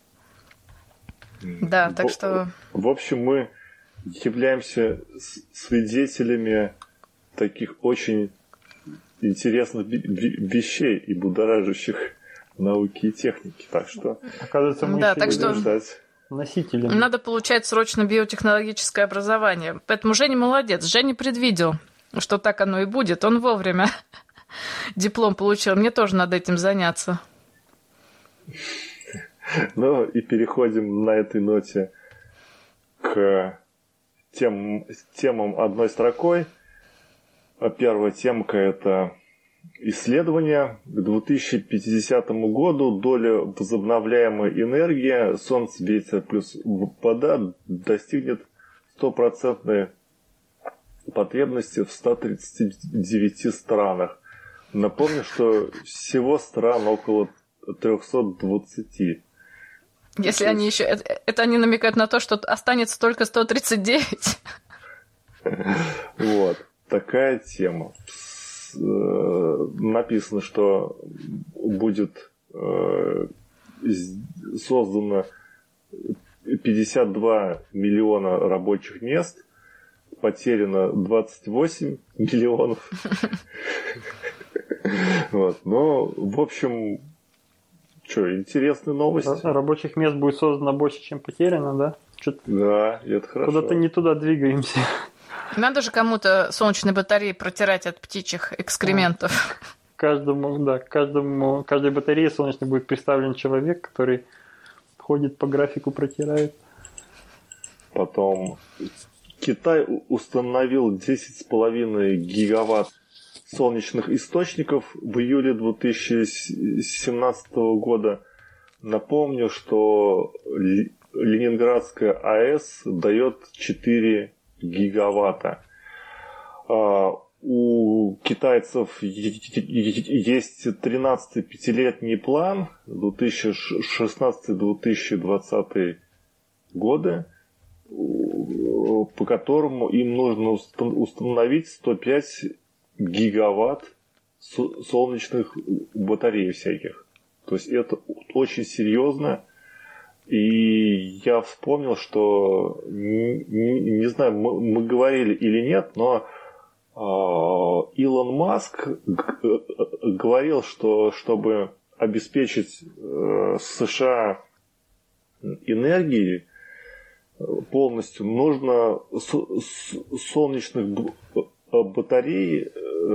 Да, так что... В общем, мы являемся свидетелями таких очень интересных вещей и будоражащих науки и техники. Так что... Оказывается, мы да, еще так будем что... ждать носителями. Надо получать срочно биотехнологическое образование. Поэтому Женя молодец. Женя предвидел, что так оно и будет. Он вовремя диплом получил. Мне тоже надо этим заняться. Ну и переходим на этой ноте к тем, темам одной строкой. Первая темка – это исследование. К две тысячи пятидесятому году доля возобновляемой энергии солнце, ветер плюс вода достигнет стопроцентной потребности в ста тридцати девяти странах. Напомню, что всего стран около триста двадцать. Если они еще... Это, это они намекают на то, что останется только сто тридцать девять. Вот. Такая тема. Написано, что будет создано пятьдесят два миллиона рабочих мест, потеряно двадцать восемь миллионов. Вот. Но, в общем, что, интересные новости. Рабочих мест будет создано больше, чем потеряно, да? Что-то... Да, это хорошо. Куда-то не туда двигаемся. Надо же кому-то солнечные батареи протирать от птичьих экскрементов. Каждому, да, каждому, каждой батарее солнечной будет представлен человек, который ходит по графику, протирает. Потом Китай установил десять с половиной гигаватт солнечных источников в июле две тысячи семнадцатого года. Напомню, что Ленинградская АЭС дает четыре гигаватта. у китайцев есть тринадцатый пятилетний план две тысячи шестнадцатый — две тысячи двадцатый годы, по которому им нужно установить сто пять гигаватт солнечных батарей всяких. То есть это очень серьезно. И я вспомнил, что не, не, не знаю, мы, мы говорили или нет, но э, Илон Маск г- говорил, что чтобы обеспечить э, США энергией полностью, нужно с- с- солнечных б- батарей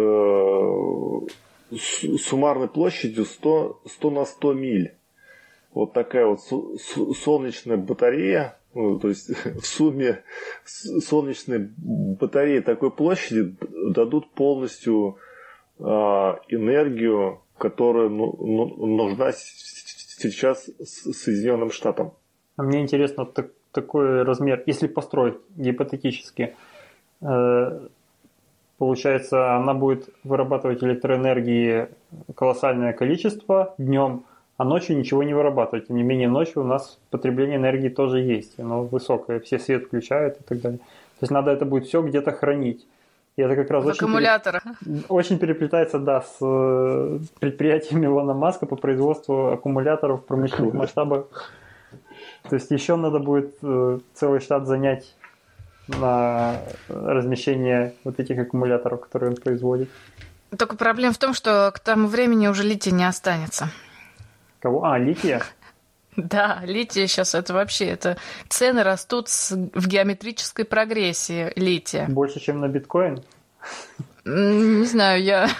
э, с суммарной площадью сто, сто на сто миль. Вот такая вот солнечная батарея, ну, то есть в сумме солнечные батареи такой площади дадут полностью э, энергию, которая ну, ну, нужна сейчас Соединенным Штатам. А мне интересно, так, такой размер, если построить гипотетически, э, получается, она будет вырабатывать электроэнергии колоссальное количество днем, а ночью ничего не вырабатывать. Тем не менее, ночью у нас потребление энергии тоже есть, оно высокое, все свет включают и так далее. То есть надо это будет все где-то хранить. И это как раз в очень, аккумуляторах. пере... очень переплетается, да, с предприятиями Илона Маска по производству аккумуляторов в промышленных масштабах. То есть еще надо будет целый штат занять на размещение вот этих аккумуляторов, которые он производит. Только проблема в том, что к тому времени уже лития не останется. Кого? А, лития? Да, лития сейчас это вообще, это цены растут с, в геометрической прогрессии лития. Больше, чем на биткоин? Не знаю, я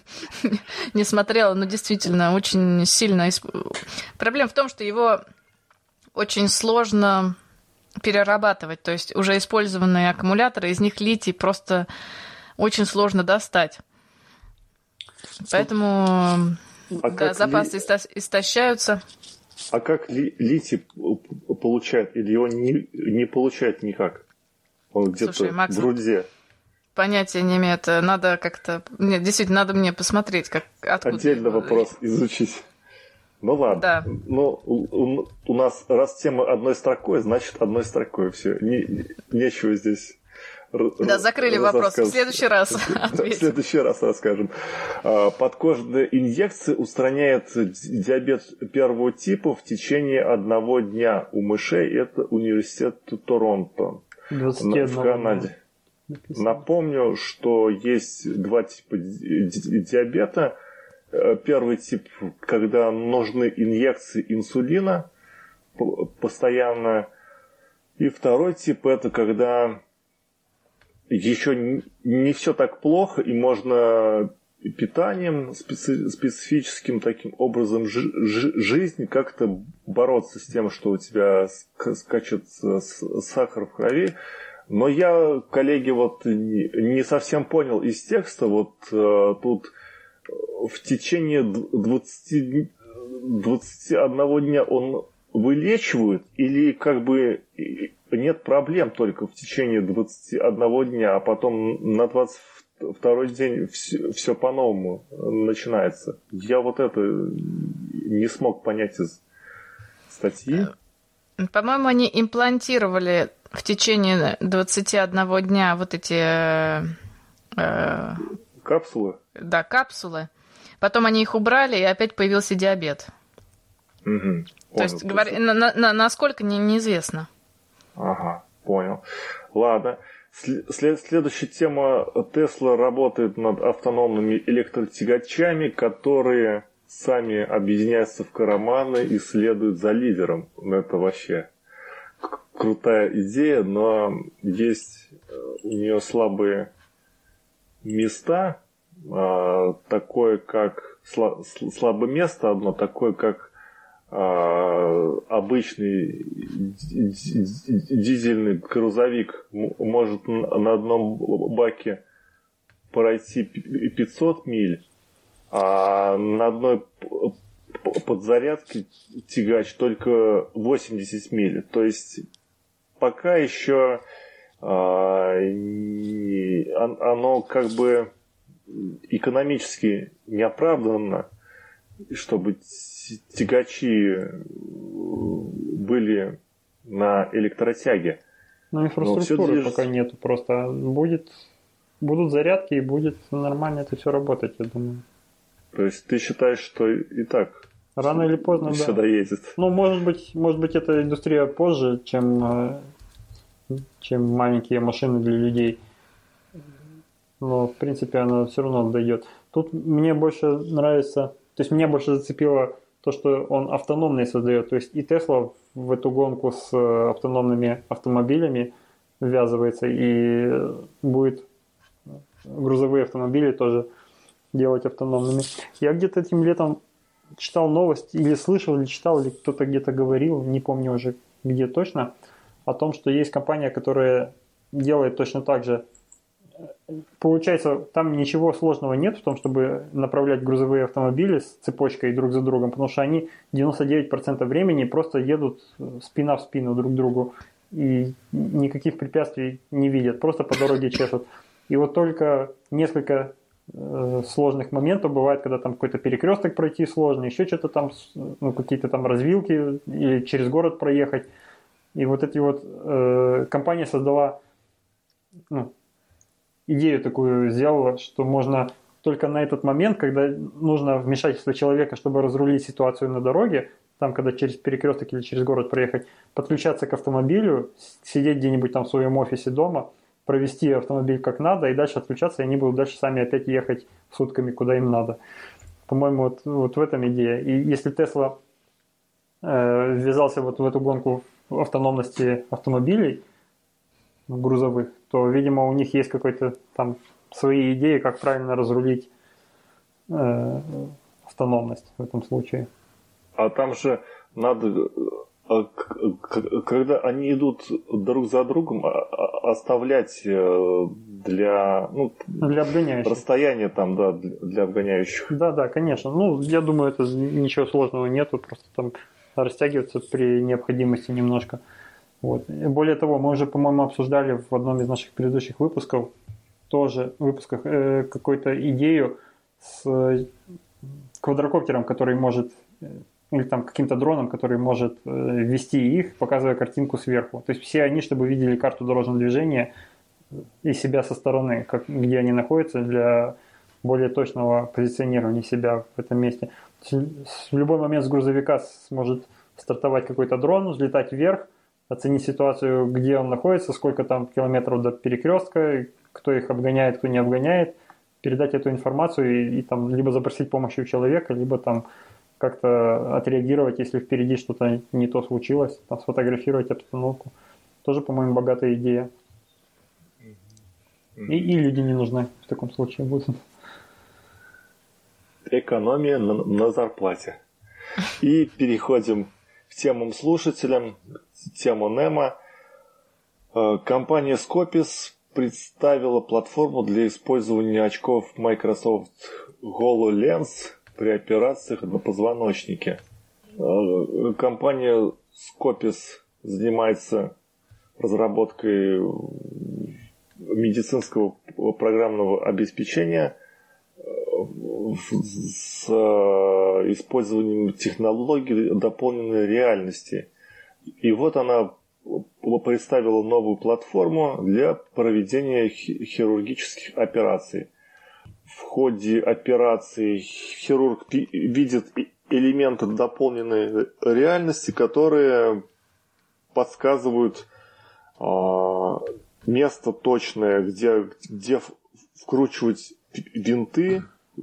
не смотрела, но действительно очень сильно... Проблема в том, что его очень сложно перерабатывать, то есть уже использованные аккумуляторы, из них литий просто очень сложно достать. Поэтому... А да, запасы ли... истощаются. А как ли, литий получает? Или его не, не получает никак? Он где-то Слушай, Макс, в груди. Понятия не имею. Это надо как-то... Нет, действительно, надо мне посмотреть, как откуда... Отдельный вопрос изучить. Ну ладно. Да. Ну, у, у нас, раз тема одной строкой, значит одной строкой. Все. Не, нечего здесь... Да, закрыли вопрос. В следующий раз ответим. В следующий раз расскажем. Подкожные инъекции устраняют диабет первого типа в течение одного дня. У мышей это университет Торонто в Канаде. Напомню, что есть два типа диабета. Первый тип, когда нужны инъекции инсулина постоянно. И второй тип, это когда еще не, не все так плохо, и можно питанием специ, специфическим таким образом жи, жи, жизнь как-то бороться с тем, что у тебя скачет сахар в крови. Но я, коллеги, вот не, не совсем понял из текста, вот тут в течение двадцати, двадцати одного дня он вылечивают или как бы нет проблем только в течение двадцати одного дня, а потом на двадцать второй день все, все по-новому начинается. Я вот это не смог понять из статьи. По-моему, они имплантировали в течение двадцати одного дня вот эти... Э, капсулы? Да, капсулы. Потом они их убрали, и опять появился диабет. Угу, понял, То есть, говор... на, на, насколько, не, неизвестно. Ага, понял. Ладно. След, следующая тема. Tesla работает над автономными электротягачами, которые сами объединяются в карманы и следуют за лидером. Это вообще крутая идея, но есть у нее слабые места. Такое как... Слабое место одно, такое как обычный дизельный грузовик может на одном баке пройти пятьсот миль, а на одной подзарядке тягач только восемьдесят миль. То есть пока еще оно как бы экономически неоправданно, чтобы тягачи были на электротяге. Но инфраструктуры Но пока нету, просто будет, будут зарядки и будет нормально это все работать, я думаю. То есть ты считаешь, что и так рано или поздно, все да. доедет? Ну, может быть, может быть, эта индустрия позже, чем, чем маленькие машины для людей. Но, в принципе, она все равно дойдет. Тут мне больше нравится, то есть меня больше зацепило то, что он автономный создает. То есть и Tesla в эту гонку с автономными автомобилями ввязывается и будет грузовые автомобили тоже делать автономными. Я где-то этим летом читал новость, или слышал, или читал, или кто-то где-то говорил, не помню уже где точно, о том, что есть компания, которая делает точно так же. Получается, там ничего сложного нет в том, чтобы направлять грузовые автомобили с цепочкой друг за другом, потому что они девяносто девять процентов времени просто едут спина в спину друг к другу и никаких препятствий не видят, просто по дороге чешут. И вот только несколько э, сложных моментов бывает, когда там какой-то перекресток пройти сложно, еще что-то там, ну, какие-то там развилки или через город проехать. И вот эти вот э, компания создала, ну, идею такую сделала, что можно только на этот момент, когда нужно вмешательство человека, чтобы разрулить ситуацию на дороге, там, когда через перекресток или через город проехать, подключаться к автомобилю, сидеть где-нибудь там в своем офисе дома, провести автомобиль как надо и дальше отключаться, и они будут дальше сами опять ехать сутками, куда им надо. По-моему, вот, вот в этом идея. И если Tesla э, ввязался вот в эту гонку автономности автомобилей грузовых, то, видимо, у них есть какой-то там свои идеи, как правильно разрулить э, автономность в этом случае. А там же надо, когда они идут друг за другом, оставлять для, ну, для обгоняющих расстояние там, да, для обгоняющих. Да, да, конечно. Ну, я думаю, это ничего сложного нету, просто там растягиваться при необходимости немножко. Вот. Более того, мы уже, по-моему, обсуждали в одном из наших предыдущих выпусков, тоже выпусках, э, какую-то идею с э, квадрокоптером, который может, э, или там каким-то дроном, который может э, вести их, показывая картинку сверху. То есть все они, чтобы видели карту дорожного движения и себя со стороны, как, где они находятся, для более точного позиционирования себя в этом месте. В любой момент с грузовика сможет стартовать какой-то дрон, взлетать вверх, оценить ситуацию, где он находится, сколько там километров до перекрестка, кто их обгоняет, кто не обгоняет, передать эту информацию и, и там либо запросить помощи у человека, либо там как-то отреагировать, если впереди что-то не то случилось, там сфотографировать обстановку. Тоже, по-моему, богатая идея. И, и люди не нужны в таком случае будут. Экономия на, на зарплате. И переходим к темам слушателям, тему Немо. Компания Scopus представила платформу для использования очков Microsoft HoloLens при операциях на позвоночнике. Компания Scopus занимается разработкой медицинского программного обеспечения с использованием технологий дополненной реальности. И вот она представила новую платформу для проведения хирургических операций. В ходе операции хирург видит элементы дополненной реальности, которые подсказывают место точное, где, где вкручивать винты,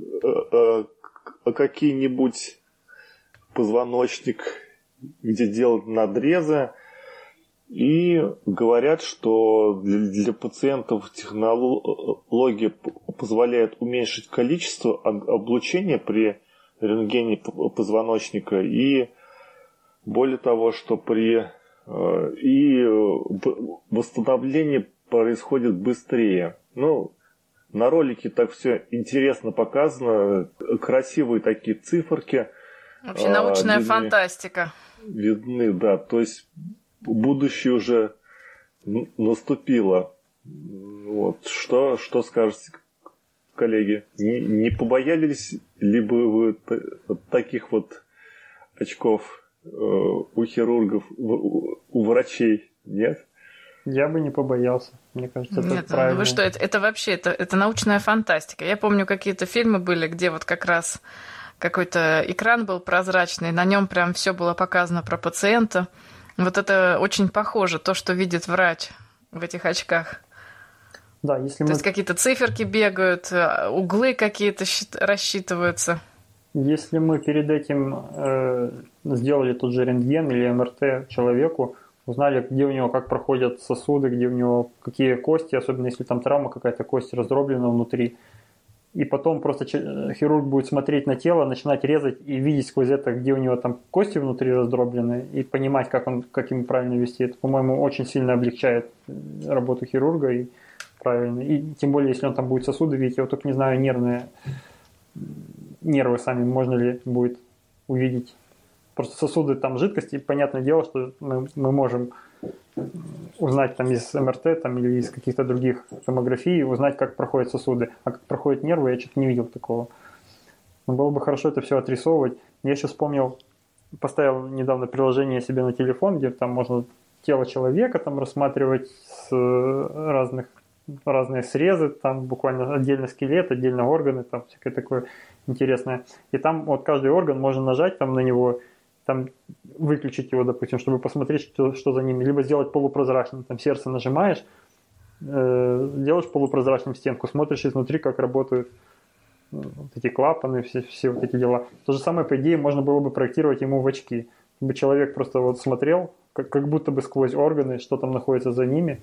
какие-нибудь позвоночник, где делать надрезы. И говорят, что для, для пациентов технология позволяет уменьшить количество облучения при рентгене позвоночника, и более того, что при и восстановление происходит быстрее. Ну, на ролике так все интересно показано, красивые такие циферки. Вообще научная видны, фантастика. Видны, да, то есть будущее уже наступило. Вот. Что, что скажете коллеги? Не, не побоялись ли бы вы т- таких вот очков э, у хирургов, у, у врачей? Нет? Я бы не побоялся. Мне кажется, это Нет, правильно. вы что, это, это вообще, это, это научная фантастика. Я помню, какие-то фильмы были, где вот как раз какой-то экран был прозрачный, на нем прям все было показано про пациента. Вот это очень похоже, то, что видит врач в этих очках. Да, если То мы... есть какие-то циферки бегают, углы какие-то рассчитываются. Если мы перед этим э, сделали тот же рентген или эм эр тэ человеку, узнали, где у него как проходят сосуды, где у него какие кости, особенно если там травма какая-то, кость раздроблена внутри, и потом просто хирург будет смотреть на тело, начинать резать и видеть сквозь это, где у него там кости внутри раздроблены, и понимать, как, он, как им правильно вести. Это, по-моему, очень сильно облегчает работу хирурга и правильно. И тем более, если он там будет сосуды видеть, я вот только не знаю, нервные нервы сами можно ли будет увидеть. Просто сосуды, там жидкости, понятное дело, что мы, мы можем узнать там из эм эр тэ там, или из каких-то других томографий, узнать, как проходят сосуды. А как проходят нервы, я что-то не видел такого. Но было бы хорошо это все отрисовывать. Я еще вспомнил, поставил недавно приложение себе на телефон, где там можно тело человека там рассматривать с разных, разные срезы, там буквально отдельно скелет, отдельно органы, там всякое такое интересное. И там вот каждый орган можно нажать там на него, там выключить его, допустим, чтобы посмотреть, что, что за ними, либо сделать полупрозрачным, там сердце нажимаешь, э, делаешь полупрозрачным стенку, смотришь изнутри, как работают вот эти клапаны, все, все вот эти дела. То же самое, по идее, можно было бы проектировать ему в очки, чтобы человек просто вот смотрел, как, как будто бы сквозь органы, что там находится за ними,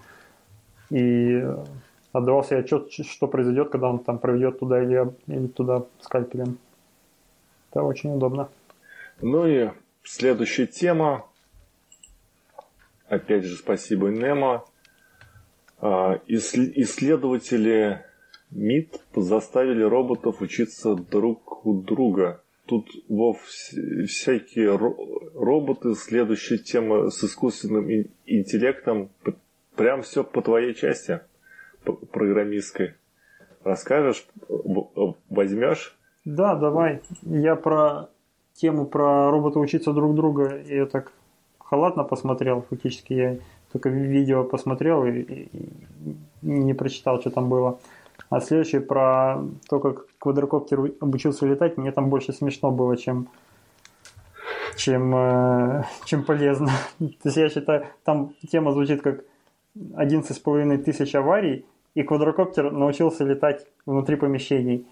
и отдавал себе отчет, что произойдет, когда он там проведет туда или, или туда скальпелем. Это очень удобно. Ну и следующая тема. Опять же, спасибо Немо. Исследователи МИД заставили роботов учиться друг у друга. Тут, Вов, всякие роботы, следующая тема с искусственным интеллектом. Прям все по твоей части, программистской. Расскажешь, возьмешь? Да, давай. Я про тему про робота учиться друг друга, я так халатно посмотрел, фактически я только видео посмотрел и, и, и не прочитал, что там было. А следующее про то, как квадрокоптер обучился летать, мне там больше смешно было, чем, чем, э, чем полезно. То есть я считаю, там тема звучит как одиннадцать с половиной тысяч аварий, и квадрокоптер научился летать внутри помещений.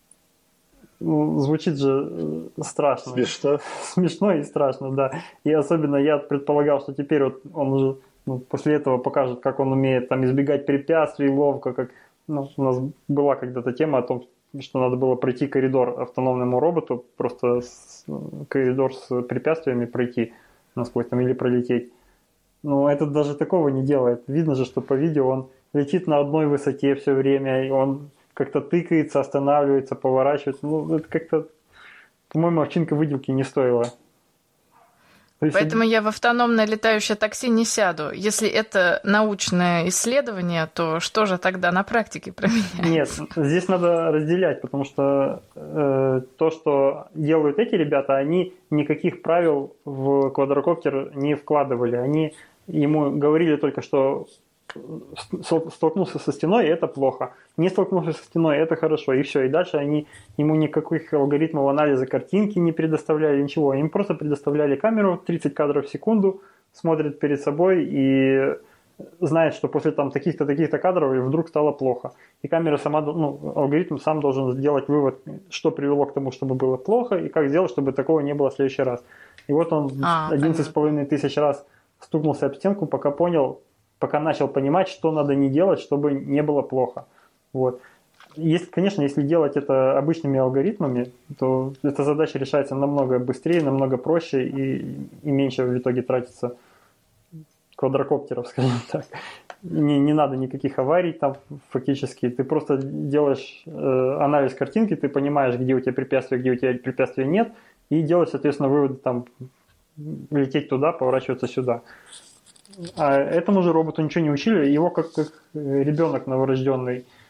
Звучит же страшно. Смешно. Смешно и страшно, да. И особенно я предполагал, что теперь вот он уже ну, после этого покажет, как он умеет там избегать препятствий ловко. Как, ну, у нас была когда-то тема о том, что надо было пройти коридор автономному роботу, просто с, коридор с препятствиями пройти насквозь там, или пролететь. Но этот даже такого не делает. Видно же, что по видео он летит на одной высоте все время, и он как-то тыкается, останавливается, поворачивается. Ну, это как-то, по-моему, овчинка выделки не стоила. Есть... Поэтому я в автономное летающее такси не сяду. Если это научное исследование, то что же тогда на практике применяется? Нет, здесь надо разделять, потому что э, то, что делают эти ребята, они никаких правил в квадрокоптер не вкладывали. Они ему говорили только, что столкнулся со стеной, и это плохо. Не столкнулся со стеной, это хорошо. И все. И дальше они ему никаких алгоритмов анализа картинки не предоставляли, ничего. Им просто предоставляли камеру, тридцать кадров в секунду, смотрит перед собой и знает, что после там таких-то, таких-то кадров и вдруг стало плохо. И камера сама, ну, алгоритм сам должен сделать вывод, что привело к тому, чтобы было плохо, и как сделать, чтобы такого не было в следующий раз. И вот он одиннадцать с половиной тысяч раз стукнулся об стенку, пока понял, пока начал понимать, что надо не делать, чтобы не было плохо. Вот. Если, конечно, если делать это обычными алгоритмами, то эта задача решается намного быстрее, намного проще и, и меньше в итоге тратится квадрокоптеров, скажем так. Не, не надо никаких аварий там фактически. Ты просто делаешь э, анализ картинки, ты понимаешь, где у тебя препятствия, где у тебя препятствия нет, и делаешь, соответственно, выводы там лететь туда, поворачиваться сюда. А этому же роботу ничего не учили, его как, как ребенок новорожденный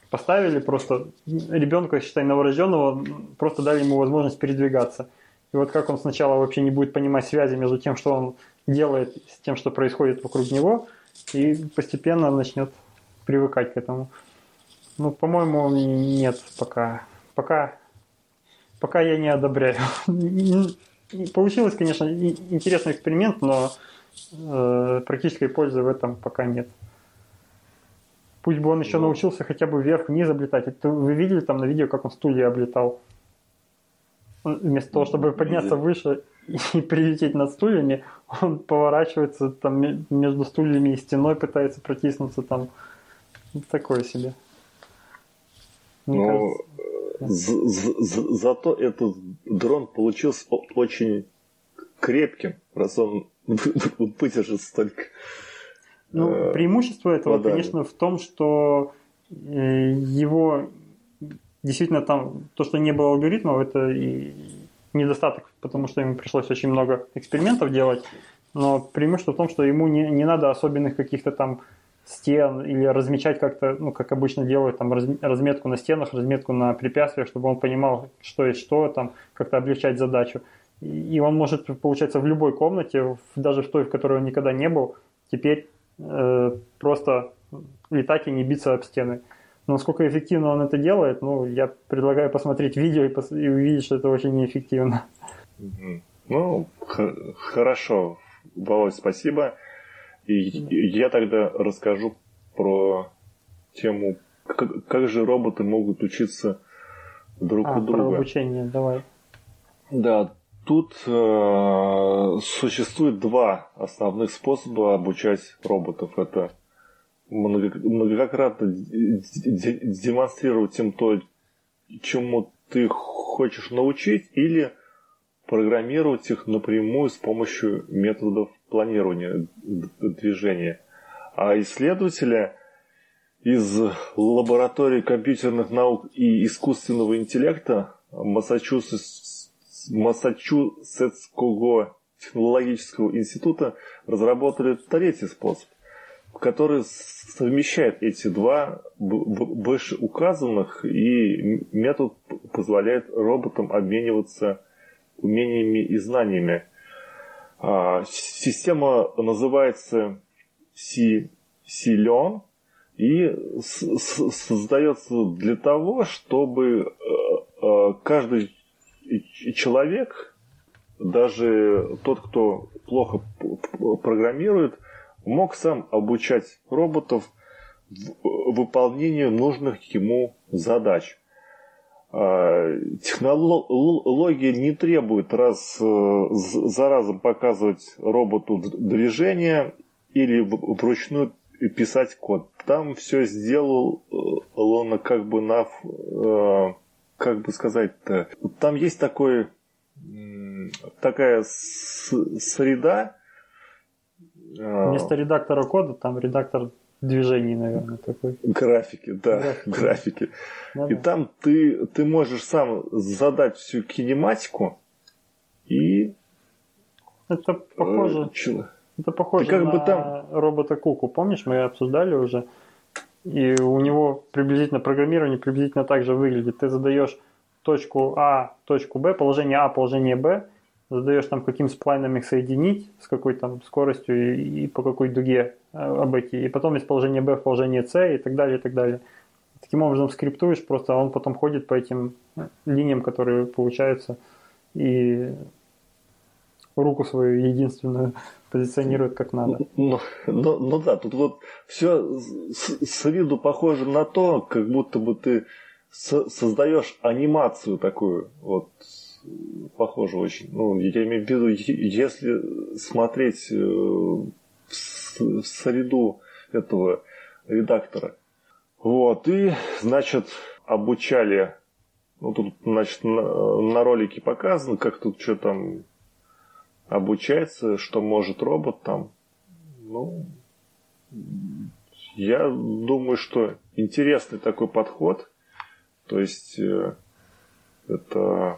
поставили просто ребенка, считай, новорожденного, просто дали ему возможность передвигаться. И вот как он сначала вообще не будет понимать связи между тем, что он делает, с тем, что происходит вокруг него, и постепенно начнет привыкать к этому. Ну, по-моему, нет пока. Пока, пока я не одобряю. Получилось, конечно, интересный эксперимент, но э, практической пользы в этом пока нет. Пусть бы он еще ну. научился хотя бы вверх-вниз облетать. Это вы видели там на видео, как он стулья облетал? Он, вместо того, чтобы подняться выше и прилететь над стульями, он поворачивается там между стульями и стеной, пытается протиснуться там. Такое себе. Мне ну, кажется, за, за, зато этот дрон получился очень крепким, раз он выдержит столько. Ну, э, преимущество этого, водами. Конечно, в том, что его действительно там, то, что не было алгоритмов, это и недостаток, потому что ему пришлось очень много экспериментов делать, но преимущество в том, что ему не, не надо особенных каких-то там стен или размечать как-то, ну, как обычно делают, там, разметку на стенах, разметку на препятствиях, чтобы он понимал, что есть что, там, как-то облегчать задачу. И он может, получается, в любой комнате, даже в той, в которой он никогда не был, теперь э, просто летать и не биться об стены. Но насколько эффективно он это делает, ну, я предлагаю посмотреть видео и, пос- и увидеть, что это очень неэффективно. Ну, х- хорошо. Володь, спасибо. И я тогда расскажу про тему, как, как же роботы могут учиться друг а, у друга. Про обучение, давай. Да, тут э, существует два основных способа обучать роботов. Это много, многократно демонстрировать им то, чему ты хочешь научить, или программировать их напрямую с помощью методов планирования движения. А исследователи из лаборатории компьютерных наук и искусственного интеллекта Массачусетс, Массачусетского технологического института разработали третий способ, который совмещает эти два вышеуказанных, и метод позволяет роботам обмениваться умениями и знаниями. Система называется Си-Learn и создается для того, чтобы каждый человек, даже тот, кто плохо программирует, мог сам обучать роботов выполнению нужных ему задач. Технология не требует раз за разом показывать роботу движение или вручную писать код. Там все сделано как бы на, как бы сказать-то, там есть такой, такая среда. Вместо редактора кода там редактор движений, наверное, такой. Графики, да, графики. графики. Ну, и да. Там ты, ты можешь сам задать всю кинематику и... Это похоже, э, это похоже как на бы там... робота Куку. Помнишь, мы обсуждали уже? И у него приблизительно программирование приблизительно так же выглядит. Ты задаешь точку А, точку Б, положение А, положение Б, задаешь там, каким сплайном их соединить, с какой там скоростью и, и по какой дуге обойти. И потом из положения B в положение C и так далее, и так далее. Таким образом скриптуешь, просто он потом ходит по этим линиям, которые получаются, и руку свою единственную позиционирует как надо. Ну, ну, ну да, тут вот все с, с виду похоже на то, как будто бы ты со- создаешь анимацию такую, вот, похоже очень. Ну, я имею в виду, если смотреть в среду этого редактора. Вот, и, значит, обучали, ну, тут, значит, на, на ролике показано, как тут что там обучается, что может робот там. Ну, я думаю, что интересный такой подход. То есть, это...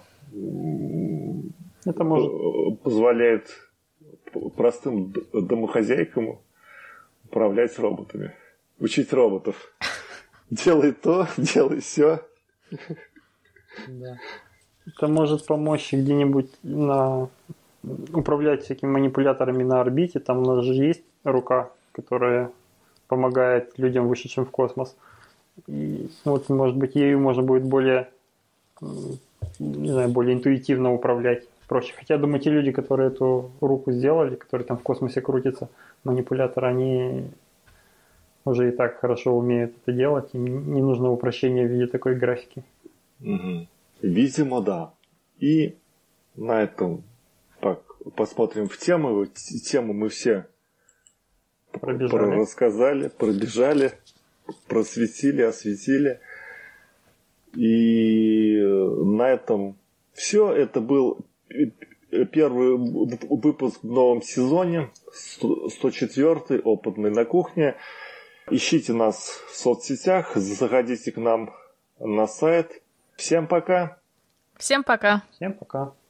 Это может... позволяет простым домохозяйкам управлять роботами, учить роботов. делай то, делай все. Да. Это может помочь где-нибудь на... управлять всякими манипуляторами на орбите. Там у нас же есть рука, которая помогает людям, вышедшим в космос. И вот, может быть, ею можно будет более, не знаю, более интуитивно управлять. Проще. Хотя, думаю, те люди, которые эту руку сделали, которые там в космосе крутятся, манипуляторы, они уже и так хорошо умеют это делать. И не нужно упрощения в виде такой графики. Угу. Видимо, да. И на этом так, посмотрим в тему. Тему мы все пробежали. рассказали, пробежали, просветили, осветили. И на этом все. Это был первый выпуск в новом сезоне, сто четвёртый, опытный на кухне. Ищите нас в соцсетях, заходите к нам на сайт. Всем пока. Всем пока. Всем пока.